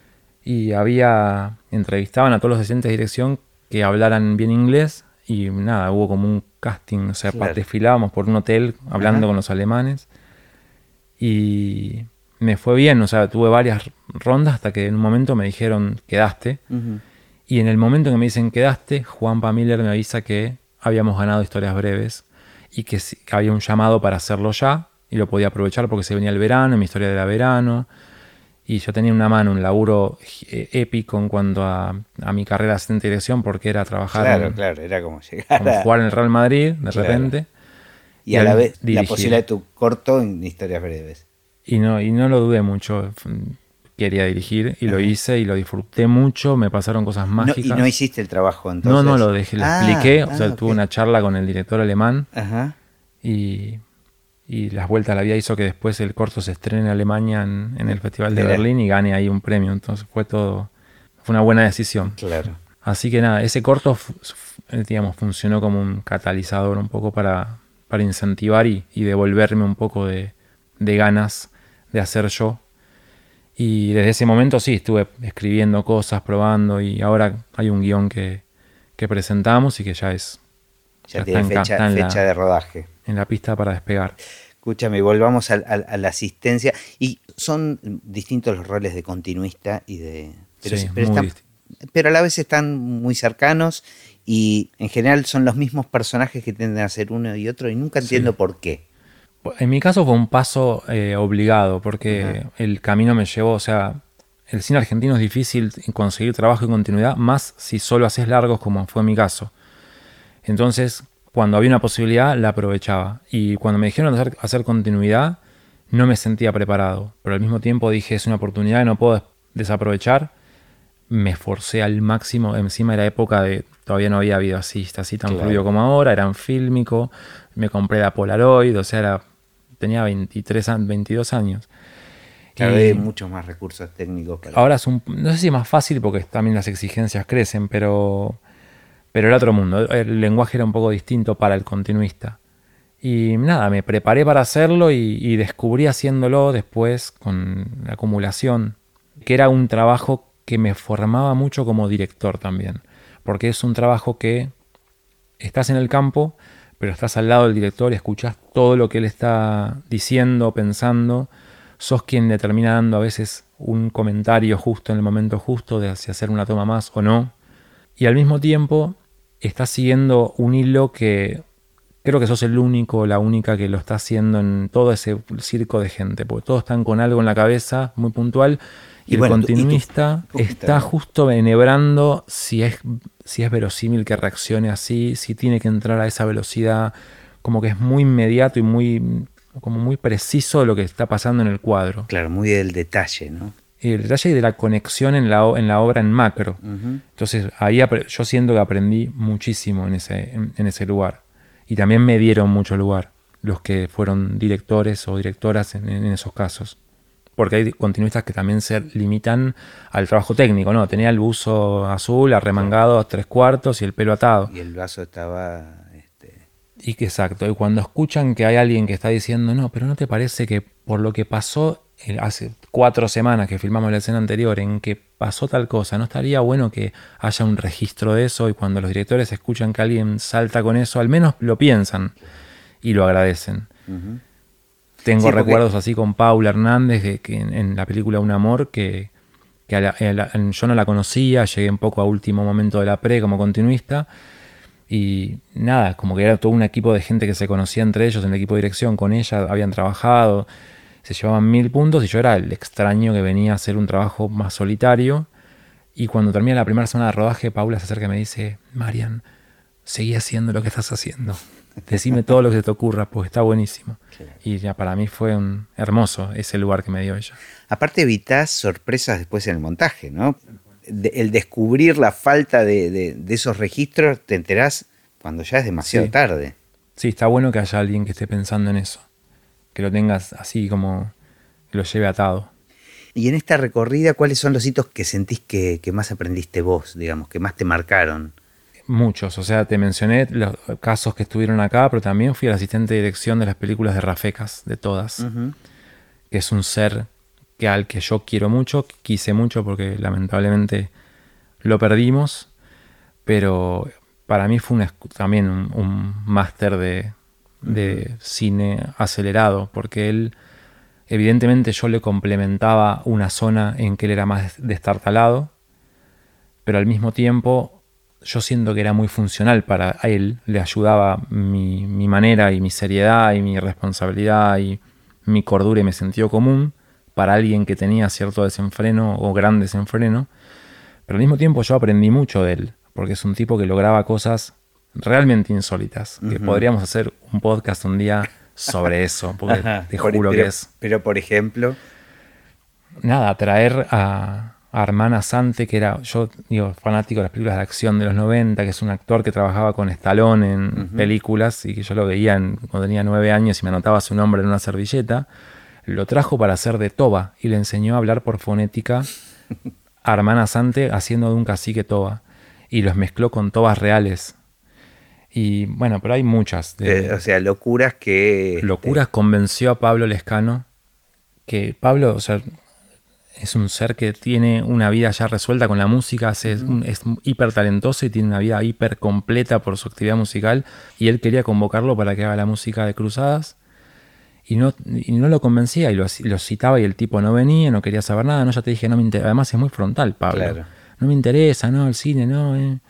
Y había, entrevistaban a todos los asistentes de dirección que hablaran bien inglés. Y nada, hubo como un casting, o sea, claro. desfilábamos por un hotel hablando Ajá. con los alemanes. Y me fue bien, o sea, tuve varias rondas hasta que en un momento me dijeron, quedaste. Uh-huh. Y en el momento que me dicen, quedaste, Juanpa Miller me avisa que habíamos ganado historias breves y que había un llamado para hacerlo ya y lo podía aprovechar porque se venía el verano, mi historia era verano. Y yo tenía una mano, un laburo épico en cuanto a, a mi carrera de asistente de dirección, porque era trabajar. Claro, en, claro, era como llegar. Como a... jugar en el Real Madrid, de claro. repente. Y, y a la vez dirigir. La posibilidad de tu corto en historias breves. Y no, y no lo dudé mucho. Quería dirigir y Ajá. lo hice y lo disfruté mucho. Me pasaron cosas mágicas. No, ¿Y no hiciste el trabajo entonces? No, no, lo dejé, lo ah, expliqué. O sea, ah, tuve okay. una charla con el director alemán. Ajá. Y. Y las vueltas a la vida hizo que después el corto se estrene en Alemania en, en el Festival de Mira. Berlín y gane ahí un premio. Entonces fue todo, fue una buena decisión. Claro. Así que nada, ese corto, digamos, funcionó como un catalizador un poco para, para incentivar y, y devolverme un poco de, de ganas de hacer yo. Y desde ese momento sí, estuve escribiendo cosas, probando y ahora hay un guión que, que presentamos y que ya es... Ya, ya tiene fecha, está en fecha la, de rodaje. En la pista para despegar. Escúchame, volvamos a, a, a la asistencia. Y son distintos los roles de continuista y de... Pero, sí, pero, muy están, pero a la vez están muy cercanos y en general son los mismos personajes que tienden a ser uno y otro y nunca entiendo sí. por qué. En mi caso fue un paso eh, obligado porque uh-huh. el camino me llevó, o sea, el cine argentino es difícil conseguir trabajo y continuidad, más si solo haces largos, como fue mi caso. Entonces, cuando había una posibilidad, la aprovechaba. Y cuando me dijeron hacer, hacer continuidad, no me sentía preparado. Pero al mismo tiempo dije, es una oportunidad que no puedo desaprovechar. Me esforcé al máximo. Encima era época de... Todavía no había video así, así tan Claro. fluido como ahora. Eran fílmico. Me compré la Polaroid. O sea, era, tenía veintitrés, veintidós años. Claro, Y hay muchos más recursos técnicos para... ahora es un... No sé si es más fácil porque también las exigencias crecen, pero... Pero era otro mundo. El lenguaje era un poco distinto para el continuista. Y nada, me preparé para hacerlo y, y descubrí haciéndolo después con la acumulación, que era un trabajo que me formaba mucho como director también. Porque es un trabajo que estás en el campo, pero estás al lado del director y escuchás todo lo que él está diciendo, pensando. Sos quien le termina dando a veces un comentario justo en el momento justo de si hacer una toma más o no. Y al mismo tiempo estás siguiendo un hilo que creo que sos el único o la única que lo está haciendo en todo ese circo de gente, porque todos están con algo en la cabeza muy puntual y, Y el bueno, tú- y tú- continuista tú- está justo enhebrando si es, si es verosímil que reaccione así, si tiene que entrar a esa velocidad, como que es muy inmediato y muy, como muy preciso lo que está pasando en el cuadro. Claro, muy del detalle, ¿no? Y el detalle de la conexión en la, o- en la obra en macro. Ujú. Entonces ahí apre- yo siento que aprendí muchísimo en ese, en, en ese lugar. Y también me dieron mucho lugar los que fueron directores o directoras en, en esos casos. Porque hay continuistas que también se limitan al trabajo técnico, ¿no? Tenía el buzo azul, arremangado a tres cuartos y el pelo atado. Y el vaso estaba... Este... Y que exacto, y cuando escuchan que hay alguien que está diciendo, no, pero ¿no te parece que por lo que pasó eh, hace cuatro semanas que filmamos la escena anterior, en que pasó tal cosa, ¿no estaría bueno que haya un registro de eso? Y cuando los directores escuchan que alguien salta con eso, al menos lo piensan y lo agradecen. Ujú. Tengo Sí, porque- recuerdos así con Paula Hernández, de que en, en la película Un Amor, que, que a la- a la- yo no la conocía, llegué un poco a último momento de la pre como continuista. Y nada, como que era todo un equipo de gente que se conocía entre ellos, en el equipo de dirección con ella, habían trabajado, se llevaban mil puntos y yo era el extraño que venía a hacer un trabajo más solitario. Y cuando termina la primera semana de rodaje, Paula se acerca y me dice, Marian, seguí haciendo lo que estás haciendo. Decime todo lo que se te ocurra, pues está buenísimo. Claro. Y ya para mí fue un hermoso ese lugar que me dio ella. Aparte evitás sorpresas después en el montaje, ¿no? De- el descubrir la falta de, de- de esos registros te enterás cuando ya es demasiado Sí. tarde. Sí, está bueno que haya alguien que esté pensando en eso. Que lo tengas así como que lo lleve atado. Y en esta recorrida, ¿cuáles son los hitos que sentís que, que más aprendiste vos, digamos, que más te marcaron? Muchos, o sea, te mencioné los casos que estuvieron acá, pero también fui el asistente de dirección de las películas de Rafecas, de todas, Ujú. que es un ser que al que yo quiero mucho, quise mucho porque lamentablemente lo perdimos, pero para mí fue un esc- también un, un máster de, de cine acelerado, porque él, evidentemente yo le complementaba una zona en que él era más destartalado, pero al mismo tiempo yo siento que era muy funcional para él, le ayudaba mi, mi manera y mi seriedad y mi responsabilidad y mi cordura y mi sentido común para alguien que tenía cierto desenfreno o gran desenfreno, pero al mismo tiempo yo aprendí mucho de él, porque es un tipo que lograba cosas realmente insólitas, que Ujú. podríamos hacer un podcast un día sobre eso, porque Ajá. te Por- juro pero, que es... Pero, por ejemplo, Nada, traer a, a Armana Sante, que era, yo digo, fanático de las películas de acción de los noventa, que es un actor que trabajaba con Stallone en Ujú. películas y que yo lo veía en- cuando tenía nueve años y me anotaba su nombre en una servilleta, lo trajo para hacer de Toba y le enseñó a hablar por fonética a Armana Sante haciendo de un cacique Toba y los mezcló con Tobas reales. Y bueno, pero hay muchas. de- eh, o sea, locuras que... Locuras convenció a Pablo Lescano, que Pablo, o sea, es un ser que tiene una vida ya resuelta con la música, es, un- es hiper talentoso y tiene una vida hiper completa por su actividad musical, y él quería convocarlo para que haga la música de Cruzadas y no, y no lo convencía y lo, lo citaba y el tipo no venía, no quería saber nada. No, ya te dije, no me interesa. Además es muy frontal, Pablo. Claro. No me interesa, no, el cine, no. Eh.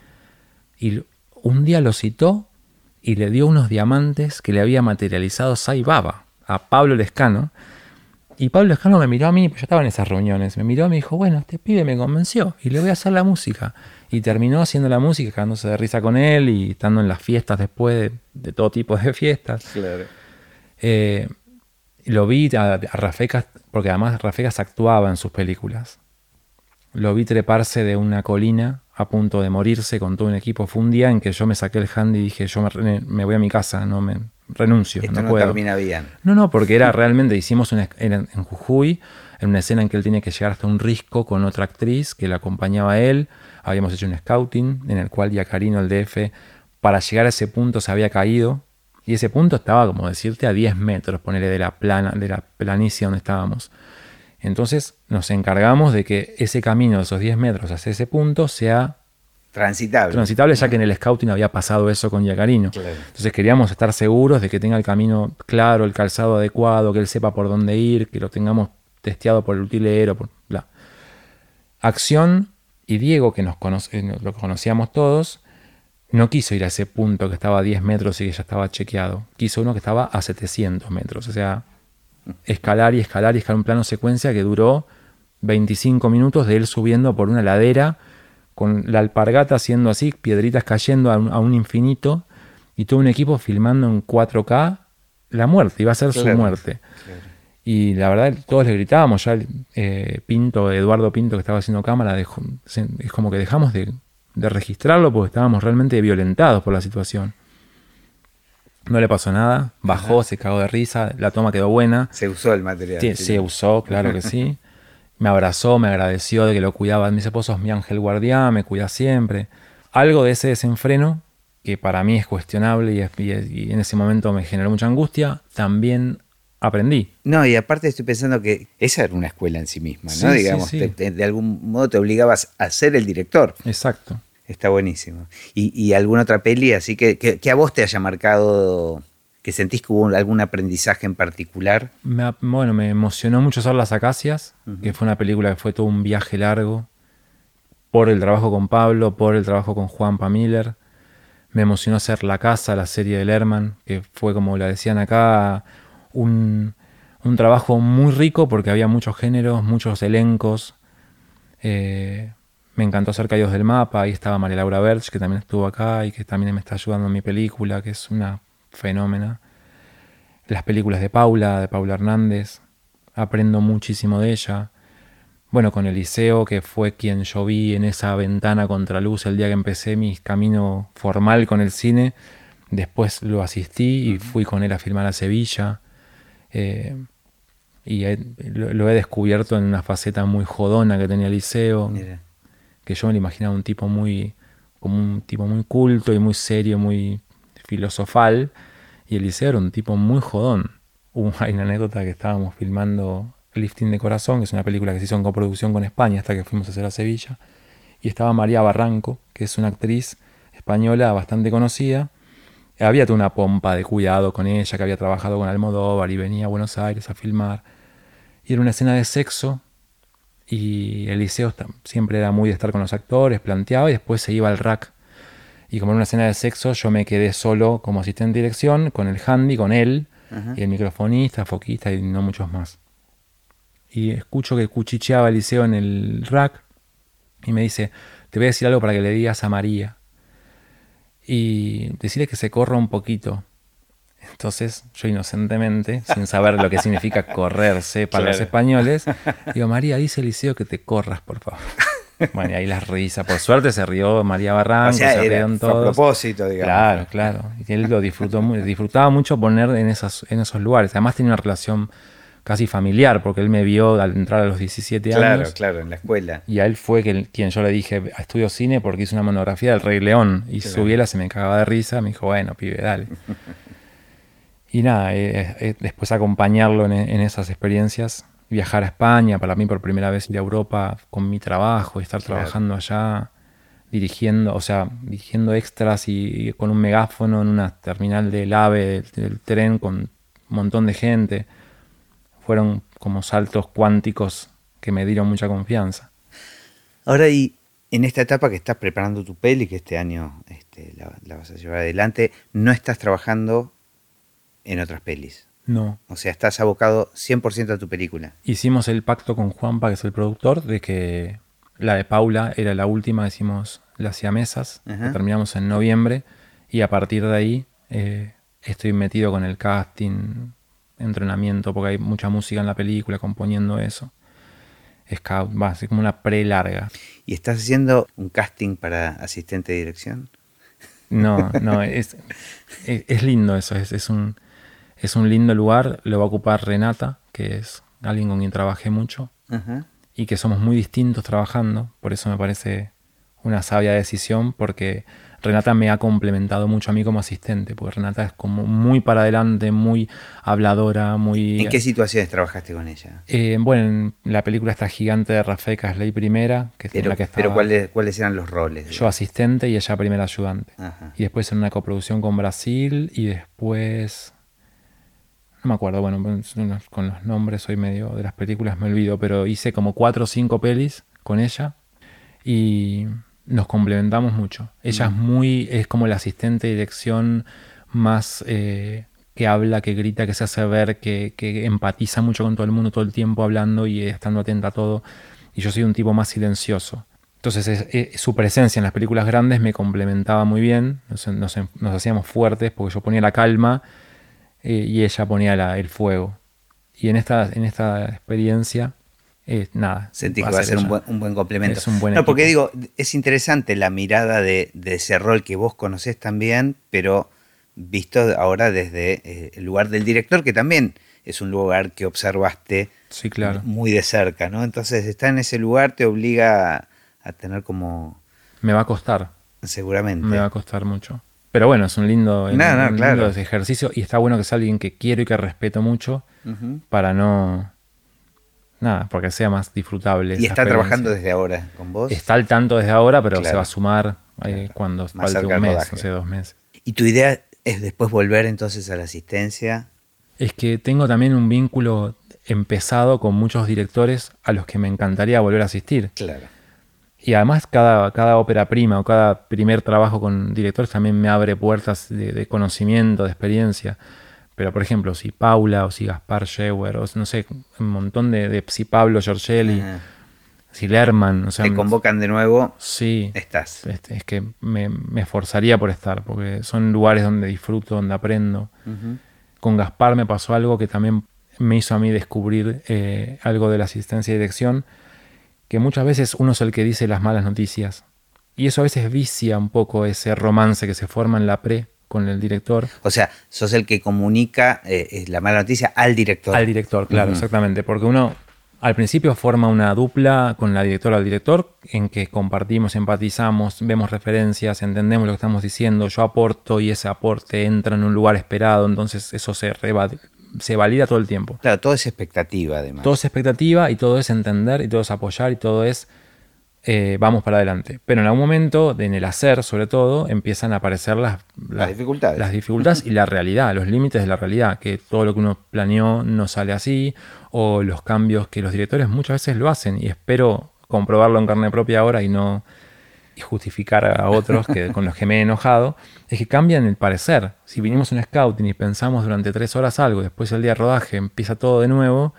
Y un día lo citó y le dio unos diamantes que le había materializado Sai Baba a Pablo Lescano. Y Pablo Escano me miró a mí, pues yo estaba en esas reuniones, me miró y me dijo, bueno, este pibe me convenció y le voy a hacer la música. Y terminó haciendo la música, quedándose de risa con él y estando en las fiestas después, de, de todo tipo de fiestas. Claro. Eh, lo vi a, a Rafecas, porque además Rafecas actuaba en sus películas. Lo vi treparse de una colina a punto de morirse con todo un equipo. Fue un día en que yo me saqué el handy y dije, yo me, me voy a mi casa, no me renuncio. Esto no, no puedo. termina bien. No, no, porque era realmente, hicimos una, era en Jujuy, en una escena en que él tiene que llegar hasta un risco con otra actriz que le acompañaba a él. Habíamos hecho un scouting en el cual Yacarino, el D F, para llegar a ese punto se había caído. Y ese punto estaba, como decirte, a diez metros, ponele, de la, plana, de la planicie donde estábamos. Entonces nos encargamos de que ese camino de esos diez metros hacia ese punto sea transitable. Transitable, ya que en el scouting había pasado eso con Yacarino. Claro. Entonces queríamos estar seguros de que tenga el camino claro, el calzado adecuado, que él sepa por dónde ir, que lo tengamos testeado por el utilero, por bla. Acción y Diego, que nos conoce, lo conocíamos todos, no quiso ir a ese punto que estaba a diez metros y que ya estaba chequeado. Quiso uno que estaba a setecientos metros. O sea, escalar y escalar y escalar un plano secuencia que duró veinticinco minutos de él subiendo por una ladera con la alpargata haciendo así, piedritas cayendo a un, a un infinito y todo un equipo filmando en cuatro K la muerte, iba a ser claro, su muerte. Claro. Y la verdad todos le gritábamos, ya eh, Pinto, Eduardo Pinto que estaba haciendo cámara, dejó, se, es como que dejamos de, de registrarlo porque estábamos realmente violentados por la situación. No le pasó nada, bajó, ajá, se cagó de risa, la toma quedó buena. Se usó el material. Sí, se usó, claro que sí. Me abrazó, me agradeció de que lo cuidaba. Me dice, vos sos mi ángel guardián, me cuidás siempre. Algo de ese desenfreno, que para mí es cuestionable y, es, y, y en ese momento me generó mucha angustia, también aprendí. No, y aparte estoy pensando que esa era una escuela en sí misma, ¿no? Sí, digamos, sí, sí. Te, de algún modo te obligabas a ser el director. Exacto. Está buenísimo. ¿Y, y alguna otra peli así que, que, que a vos te haya marcado, que sentís que hubo algún aprendizaje en particular? Me, bueno, me emocionó mucho hacer Las Acacias, uh-huh, que fue una película que fue todo un viaje largo, por el trabajo con Pablo, por el trabajo con Juanpa Miller. Me emocionó hacer La Casa, la serie de Lerman, que fue, como la decían acá, un, un trabajo muy rico porque había muchos géneros, muchos elencos. Eh, me encantó hacer Caídos del Mapa, ahí estaba María Laura Berch, que también estuvo acá y que también me está ayudando en mi película, que es una fenómena. Las películas de Paula, de Paula Hernández, aprendo muchísimo de ella. Bueno, con Eliseo, que fue quien yo vi en esa ventana contraluz el día que empecé mi camino formal con el cine. Después lo asistí y fui con él a filmar a Sevilla. Eh, y he, lo, lo he descubierto en una faceta muy jodona que tenía Eliseo. Mira. Que yo me lo imaginaba un tipo muy, como un tipo muy culto y muy serio, muy filosofal. Y Eliseo era un tipo muy jodón. Uh, hay una anécdota que estábamos filmando Lifting de Corazón, que es una película que se hizo en coproducción con España hasta que fuimos a hacer a Sevilla. Y estaba María Barranco, que es una actriz española bastante conocida. Había toda una pompa de cuidado con ella, que había trabajado con Almodóvar y venía a Buenos Aires a filmar. Y era una escena de sexo. Y Eliseo siempre era muy de estar con los actores, planteaba y después se iba al rack. Y como en una escena de sexo yo me quedé solo como asistente de dirección, con el handy, con él, uh-huh, y el microfonista, foquista y no muchos más. Y escucho que cuchicheaba Eliseo en el rack y me dice, te voy a decir algo para que le digas a María. Y decirle que se corra un poquito. Entonces yo inocentemente, sin saber lo que significa correrse para claro, los españoles, digo, María, dice Eliseo que te corras, por favor. Bueno, y ahí las risas. Por suerte se rió María Barranco, o sea, se rieron todos. A propósito, digamos. Claro, claro. Y él lo disfrutó muy, disfrutaba mucho poner en, esas, en esos lugares. Además tenía una relación casi familiar, porque él me vio al entrar a los diecisiete claro, años. Claro, claro, en la escuela. Y a él fue que, quien yo le dije, estudio cine porque hice una monografía del Rey León. Y claro, Subiela se me cagaba de risa, me dijo, bueno, pibe, dale. Y nada, eh, eh, después acompañarlo en, en esas experiencias, viajar a España, para mí por primera vez ir a Europa con mi trabajo, y estar claro, trabajando allá, dirigiendo, o sea, dirigiendo extras y, y con un megáfono en una terminal del AVE, del, del tren, con un montón de gente. Fueron como saltos cuánticos que me dieron mucha confianza. Ahora, y en esta etapa que estás preparando tu peli, que este año este, la, la vas a llevar adelante, no estás trabajando en otras pelis. No. O sea, estás abocado cien por ciento a tu película. Hicimos el pacto con Juanpa, que es el productor, de que la de Paula era la última, hicimos las siamesas, que terminamos en noviembre, y a partir de ahí eh, estoy metido con el casting, entrenamiento, porque hay mucha música en la película, componiendo eso. Scout, va, así como una pre-larga. ¿Y estás haciendo un casting para asistente de dirección? No, no, es, es, es lindo eso, es, es, un, es un lindo lugar, lo va a ocupar Renata, que es alguien con quien trabajé mucho, uh-huh. y que somos muy distintos trabajando, por eso me parece una sabia decisión, porque Renata me ha complementado mucho a mí como asistente, porque Renata es como muy para adelante, muy habladora, muy... ¿En qué situaciones trabajaste con ella? Eh, bueno, en la película está Gigante de Rafael Casley primera, que pero, es la que estaba, pero ¿cuáles, ¿cuáles eran los roles? Yo digamos? asistente y ella primera ayudante. Ajá. Y después en una coproducción con Brasil y después... No me acuerdo, bueno, con los nombres soy medio de las películas, me olvido, pero hice como cuatro o cinco pelis con ella y... Nos complementamos mucho. Ella mm. es muy, es como la asistente de dirección más eh, que habla, que grita, que se hace ver, que, que empatiza mucho con todo el mundo todo el tiempo hablando y estando atenta a todo. Y yo soy un tipo más silencioso. Entonces es, es, su presencia en las películas grandes me complementaba muy bien. Nos, nos, nos hacíamos fuertes porque yo ponía la calma eh, y ella ponía la, el fuego. Y en esta, en esta experiencia... Eh, nada. Sentí que va a ser un buen, un buen complemento. Es un buen no, equipo. Porque digo, es interesante la mirada de, de ese rol que vos conocés también, pero visto ahora desde eh, el lugar del director, que también es un lugar que observaste sí, claro. muy de cerca, ¿no? Entonces, estar en ese lugar te obliga a, a tener como... Me va a costar. Seguramente. Me va a costar mucho. Pero bueno, es un lindo, no, no, un claro. lindo ejercicio y está bueno que sea alguien que quiero y que respeto mucho uh-huh. para no... Nada, porque sea más disfrutable. ¿Y está trabajando desde ahora con vos? Está al tanto desde ahora, pero claro. se va a sumar eh, claro. cuando más falte un mes, no sé, dos meses. ¿Y tu idea es después volver entonces a la asistencia? Es que tengo también un vínculo empezado con muchos directores a los que me encantaría volver a asistir. Claro. Y además cada, cada ópera prima o cada primer trabajo con directores también me abre puertas de, de conocimiento, de experiencia. Pero, por ejemplo, si Paula o si Gaspar Scheuer, o no sé, un montón de, de si Pablo Giorgelli, uh-huh. si Lerman. O sea, te convocan de nuevo, sí, estás. Es, es que me, me esforzaría por estar, porque son lugares donde disfruto, donde aprendo. Uh-huh. Con Gaspar me pasó algo que también me hizo a mí descubrir eh, algo de la asistencia y dirección, que muchas veces uno es el que dice las malas noticias. Y eso a veces vicia un poco ese romance que se forma en la pre con el director. O sea, sos el que comunica eh, la mala noticia al director. Al director, claro, uh-huh. exactamente. Porque uno al principio forma una dupla con la directora o el director en que compartimos, empatizamos, vemos referencias, entendemos lo que estamos diciendo, yo aporto y ese aporte entra en un lugar esperado, entonces eso se, reba- se valida todo el tiempo. Claro, todo es expectativa además. Todo es expectativa y todo es entender y todo es apoyar y todo es... Eh, vamos para adelante. Pero en algún momento, en el hacer sobre todo, empiezan a aparecer las, las, las dificultades, las dificultades y la realidad, los límites de la realidad, que todo lo que uno planeó no sale así, o los cambios que los directores muchas veces lo hacen, y espero comprobarlo en carne propia ahora y no y justificar a otros que, con los que me he enojado, es que cambian el parecer. Si vinimos a un scouting y pensamos durante tres horas algo, después el día de rodaje empieza todo de nuevo,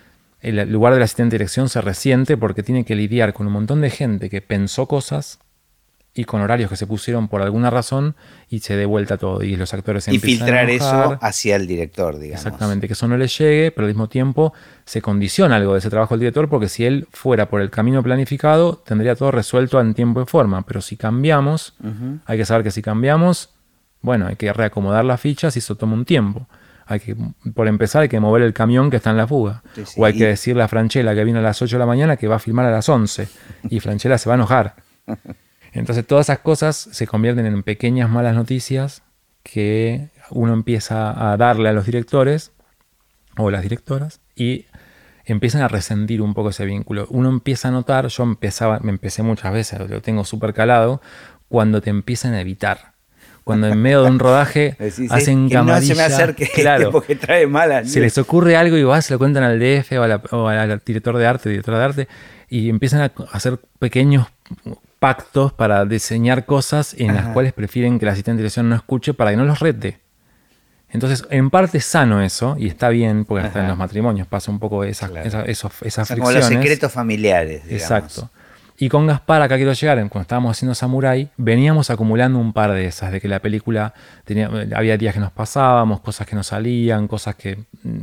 el lugar del asistente de dirección se resiente porque tiene que lidiar con un montón de gente que pensó cosas y con horarios que se pusieron por alguna razón y se dé vuelta todo y los actores se y empiezan filtrar a enojar. Eso hacia el director, digamos. Exactamente, que eso no le llegue, pero al mismo tiempo se condiciona algo de ese trabajo del director porque si él fuera por el camino planificado tendría todo resuelto en tiempo y forma, pero si cambiamos, uh-huh. hay que saber que si cambiamos, bueno, hay que reacomodar las fichas y eso toma un tiempo. Hay que, por empezar, hay que mover el camión que está en la fuga. Sí, sí. O hay que decirle a Franchella que viene a las ocho de la mañana que va a filmar a las once. Y Franchella se va a enojar. Entonces todas esas cosas se convierten en pequeñas malas noticias que uno empieza a darle a los directores o las directoras y empiezan a resentir un poco ese vínculo. Uno empieza a notar, yo empezaba, me empecé muchas veces, lo tengo súper calado, cuando te empiezan a evitar. Cuando en medio de un rodaje sí, sí, camarilla, hacen camarilla, no se me acerque claro, porque trae malas. Se les ocurre algo y va, se lo cuentan al D F o, a la, o al director de arte, directora de arte, y empiezan a hacer pequeños pactos para diseñar cosas en Ajá. las cuales prefieren que el asistente de dirección no escuche para que no los rete. Entonces, en parte es sano eso, y está bien, porque hasta Ajá. en los matrimonios pasa un poco esas, Claro. esas, esos, esas O sea, como fricciones. los secretos familiares, digamos. Exacto. Y con Gaspar, acá quiero llegar, cuando estábamos haciendo Samurai, veníamos acumulando un par de esas, de que la película tenía, había días que nos pasábamos, cosas que no salían, cosas que,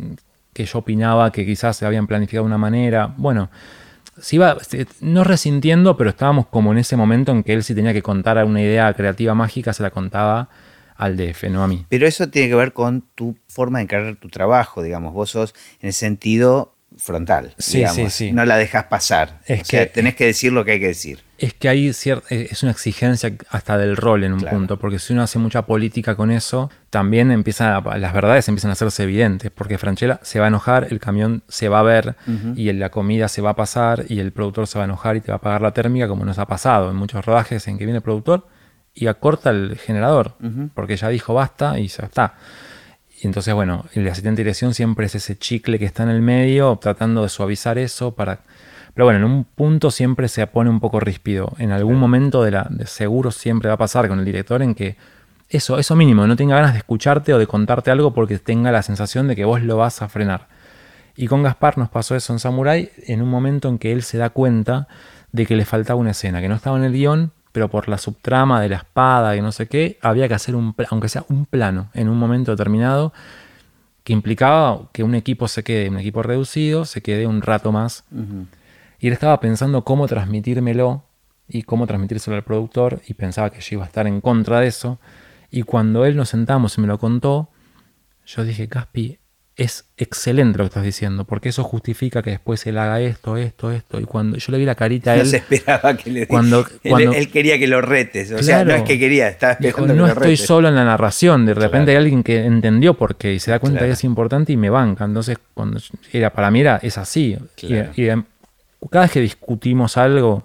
que yo opinaba que quizás se habían planificado de una manera. Bueno, se iba no resintiendo, pero estábamos como en ese momento en que él, si tenía que contar una idea creativa mágica, se la contaba al D F, no a mí. Pero eso tiene que ver con tu forma de encargar tu trabajo, digamos. Vos sos en el sentido frontal, Sí, digamos. sí, sí. No la dejas pasar. Es o sea, que- tenés que decir lo que hay que decir. Es que hay cier- es una exigencia hasta del rol en un Claro. punto, porque si uno hace mucha política con eso, también empiezan a- las verdades empiezan a hacerse evidentes, porque Francella se va a enojar, el camión se va a ver Ujú. y la comida se va a pasar y el productor se va a enojar y te va a pagar la térmica, como nos ha pasado en muchos rodajes en que viene el productor y acorta el generador, Ujú. porque ya dijo basta y ya está. Y entonces, bueno, el asistente de dirección siempre es ese chicle que está en el medio, tratando de suavizar eso para... Pero bueno, en un punto siempre se pone un poco ríspido. En algún momento de la de seguro siempre va a pasar con el director en que eso, eso mínimo, no tenga ganas de escucharte o de contarte algo porque tenga la sensación de que vos lo vas a frenar. Y con Gaspar nos pasó eso en Samurai en un momento en que él se da cuenta de que le faltaba una escena, que no estaba en el guión, pero por la subtrama de la espada y no sé qué, había que hacer un, pla- aunque sea un plano en un momento determinado que implicaba que un equipo se quede, un equipo reducido, se quede un rato más. Ujú. Y él estaba pensando cómo transmitírmelo y cómo transmitírselo al productor y pensaba que yo iba a estar en contra de eso. Y cuando él nos sentamos y me lo contó, yo dije, Gaspi, es excelente lo que estás diciendo, porque eso justifica que después él haga esto, esto, esto. Y cuando yo le vi la carita a No él, se esperaba que le cuando- él, cuando- él quería que lo retes. O sea, Claro. no es que quería, estaba dijo, esperando no que lo estoy retes. solo en la narración, de repente Claro. hay alguien que entendió por qué y se da cuenta Claro. que es importante y me banca. Entonces, cuando era para mí era, es así. Claro. Y, y, em, cada vez que discutimos algo,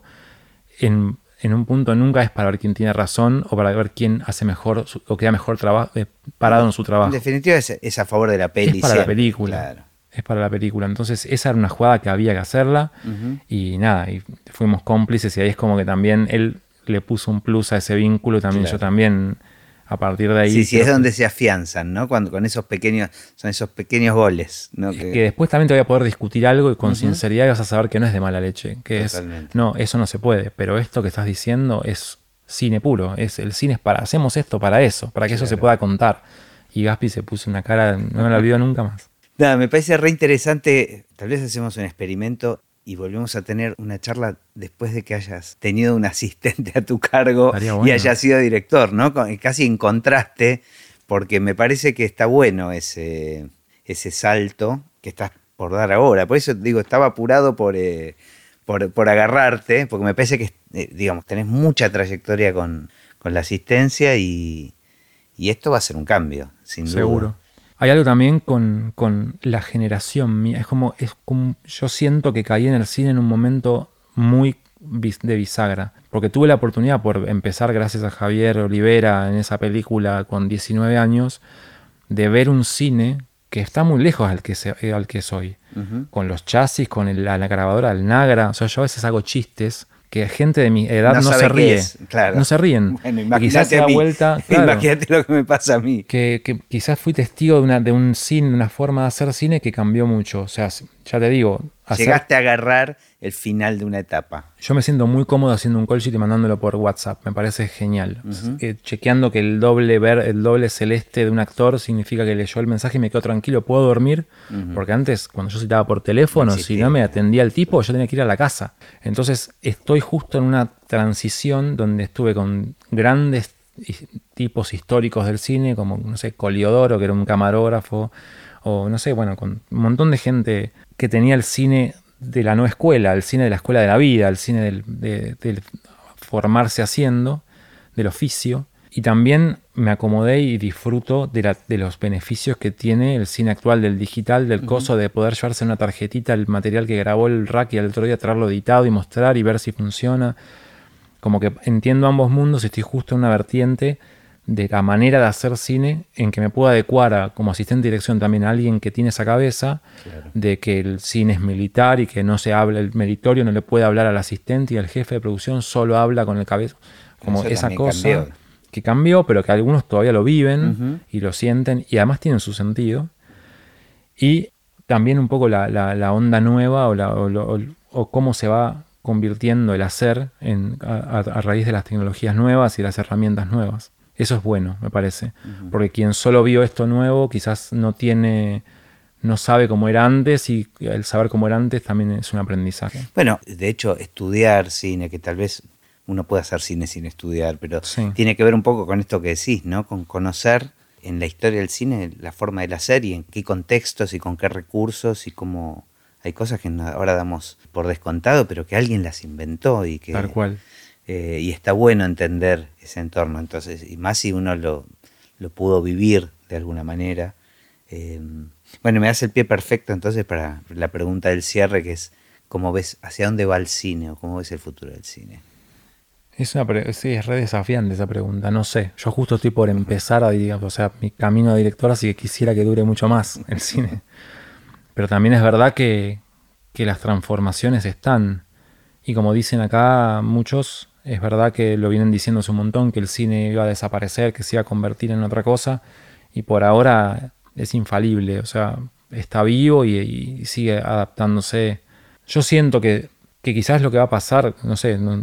en, en un punto nunca es para ver quién tiene razón o para ver quién hace mejor su- o queda mejor trabajo, eh, parado en su En trabajo. definitiva es, es a favor de la peli. Es para la siempre. película. Claro. Es para la película. Entonces, esa era una jugada que había que hacerla. Ujú. Y nada, y fuimos cómplices. Y ahí es como que también él le puso un plus a ese vínculo. Y también Claro. yo también, a partir de ahí. Sí, sí, creo es que- donde se afianzan, ¿no? Cuando con esos pequeños, son esos pequeños goles, ¿no? Es que después también te voy a poder discutir algo y con Ujú. sinceridad vas a saber que no es de mala leche. Que Totalmente. es, no, eso no se puede. Pero esto que estás diciendo es cine puro. Es, el cine es para, hacemos esto para eso, para que eso se Claro. pueda contar. Y Gaspi se puso una cara, no me la olvido nunca más. Nada, me parece re interesante. Tal vez hacemos un experimento y volvemos a tener una charla después de que hayas tenido un asistente a tu cargo Estaría bueno. y hayas sido director, ¿no? Con- Casi en contraste, porque me parece que está bueno ese, ese salto que estás por dar ahora. Por eso digo, estaba apurado por, eh, por, por agarrarte, porque me parece que, eh, digamos, tenés mucha trayectoria con, con la asistencia y, y esto va a ser un cambio, sin duda. Seguro. Hay algo también con, con la generación mía. Es como, es como. Yo siento que caí en el cine en un momento muy bis- de bisagra. Porque tuve la oportunidad por empezar, gracias a Javier Olivera, en esa película con diecinueve años, de ver un cine que está muy lejos al que, se- al que soy. Ujú. Con los chasis, con el- la, la grabadora, el Nagra. O sea, yo a veces hago chistes que gente de mi edad No no, sabe se qué ríe. es, claro. No se ríen. Bueno, y quizás se imagínate a da mí. vuelta. Claro, Imagínate lo que me pasa a mí. que, que quizás fui testigo de, una, de un cine, de una forma de hacer cine que cambió mucho. O sea, ya te digo, hacer- Llegaste a agarrar el final de una etapa. yo me siento muy cómodo haciendo un call sheet y mandándolo por WhatsApp. Me parece genial. Ujú. Eh, chequeando que el doble ver, el doble celeste de un actor significa que leyó el mensaje y me quedo tranquilo, puedo dormir. Ujú. Porque antes, cuando yo citaba por teléfono, No si existía. no me atendía el tipo, yo tenía que ir a la casa. Entonces, estoy justo en una transición donde estuve con grandes hi- tipos históricos del cine, como, no sé, Coliodoro, que era un camarógrafo, o no sé, bueno, con un montón de gente que tenía el cine de la no escuela, el cine de la escuela de la vida, el cine del, de, del formarse haciendo, del oficio. Y también me acomodé y disfruto de, la- de los beneficios que tiene el cine actual, del digital, del coso, de poder llevarse una tarjetita el material que grabó el rack y al otro día traerlo editado y mostrar y ver si funciona. Como que entiendo ambos mundos y estoy justo en una vertiente de la manera de hacer cine en que me puedo adecuar a, como asistente de dirección también a alguien que tiene esa cabeza Claro. de que el cine es militar y que no se habla, el meritorio no le puede hablar al asistente y el jefe de producción solo habla con el cabeza. Como Eso esa también cosa. cambió. que cambió, pero que algunos todavía lo viven Uh-huh. y lo sienten y además tienen su sentido. Y también un poco la, la, la onda nueva o, la, o, o, o cómo se va convirtiendo el hacer en, a, a raíz de las tecnologías nuevas y las herramientas nuevas. Eso es bueno, me parece. Uh-huh. Porque quien solo vio esto nuevo quizás no tiene, no sabe cómo era antes, y el saber cómo era antes también es un aprendizaje. Bueno, de hecho, estudiar cine, que tal vez uno puede hacer cine sin estudiar, pero sí. Tiene que ver un poco con esto que decís, ¿no? Con conocer en la historia del cine la forma del hacer y en qué contextos y con qué recursos y cómo hay cosas que ahora damos por descontado, pero que alguien las inventó y que... Tal cual. Eh, y está bueno entender ese entorno, entonces, y más si uno lo, lo pudo vivir de alguna manera. Eh, bueno, me das el pie perfecto entonces para la pregunta del cierre, que es ¿cómo ves, hacia dónde va el cine o cómo ves el futuro del cine? Es una pre- sí, es re desafiante esa pregunta, no sé. Yo justo estoy por empezar a, digamos, o sea, mi camino de director, así que quisiera que dure mucho más el cine. Pero también es verdad que, que las transformaciones están. Y como dicen acá muchos, es verdad que lo vienen diciendo hace un montón, que el cine iba a desaparecer, que se iba a convertir en otra cosa. Y por ahora es infalible, o sea, está vivo y, y sigue adaptándose. Yo siento que, que quizás lo que va a pasar, no sé, no,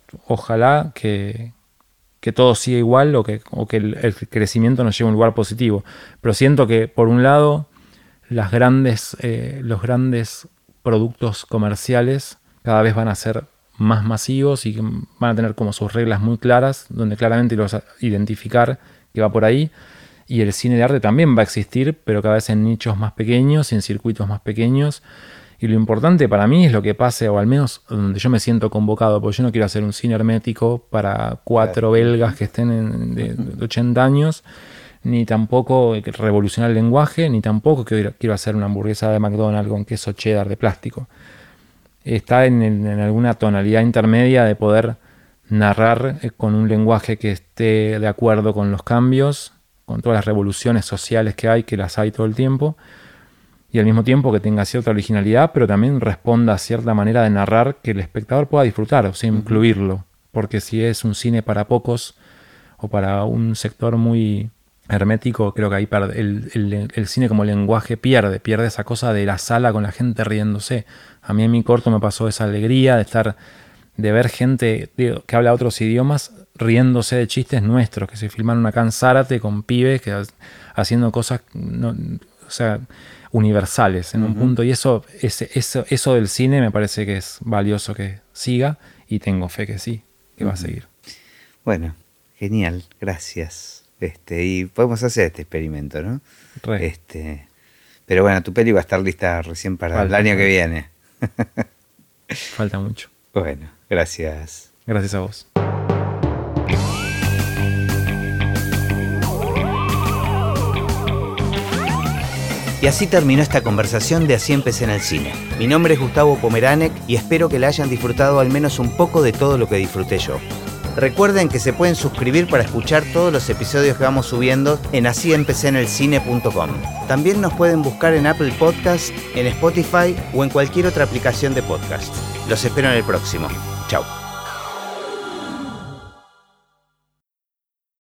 ojalá que, que todo siga igual o que, o que el, el crecimiento nos lleve a un lugar positivo. Pero siento que, por un lado, las grandes, eh, los grandes productos comerciales cada vez van a ser más masivos y van a tener como sus reglas muy claras, donde claramente los vas a identificar que va por ahí. Y el cine de arte también va a existir, pero cada vez en nichos más pequeños y en circuitos más pequeños. Y lo importante para mí es lo que pase, o al menos donde yo me siento convocado, porque yo no quiero hacer un cine hermético para cuatro belgas que estén en, de, de ochenta años, ni tampoco revolucionar el lenguaje, ni tampoco quiero, quiero hacer una hamburguesa de McDonald's con queso cheddar de plástico. Está en, en, en alguna tonalidad intermedia de poder narrar con un lenguaje que esté de acuerdo con los cambios, con todas las revoluciones sociales que hay, que las hay todo el tiempo, y al mismo tiempo que tenga cierta originalidad, pero también responda a cierta manera de narrar que el espectador pueda disfrutar, o sea, incluirlo. Porque si es un cine para pocos o para un sector muy hermético, creo que ahí el, el, el cine como lenguaje pierde, pierde esa cosa de la sala con la gente riéndose. A mí en mi corto me pasó esa alegría de estar, de ver gente de, que habla otros idiomas riéndose de chistes nuestros, que se filmaron acá en Zárate con pibes que haciendo cosas, no, o sea, universales en uh-huh. un punto, y eso, ese, eso, eso del cine me parece que es valioso que siga, y tengo fe que sí, que uh-huh. va a seguir. Bueno, genial, gracias. Este, y podemos hacer este experimento, ¿no? Re. Este, pero bueno, tu peli va a estar lista recién para Falta, el año que viene. Falta mucho. Bueno, gracias. Gracias a vos. Y así terminó esta conversación de Así empecé en el cine. Mi nombre es Gustavo Pomeranek y espero que la hayan disfrutado al menos un poco de todo lo que disfruté yo. Recuerden que se pueden suscribir para escuchar todos los episodios que vamos subiendo en así empecé en el cine punto com. También nos pueden buscar en Apple Podcasts, en Spotify o en cualquier otra aplicación de podcast. Los espero en el próximo. Chau.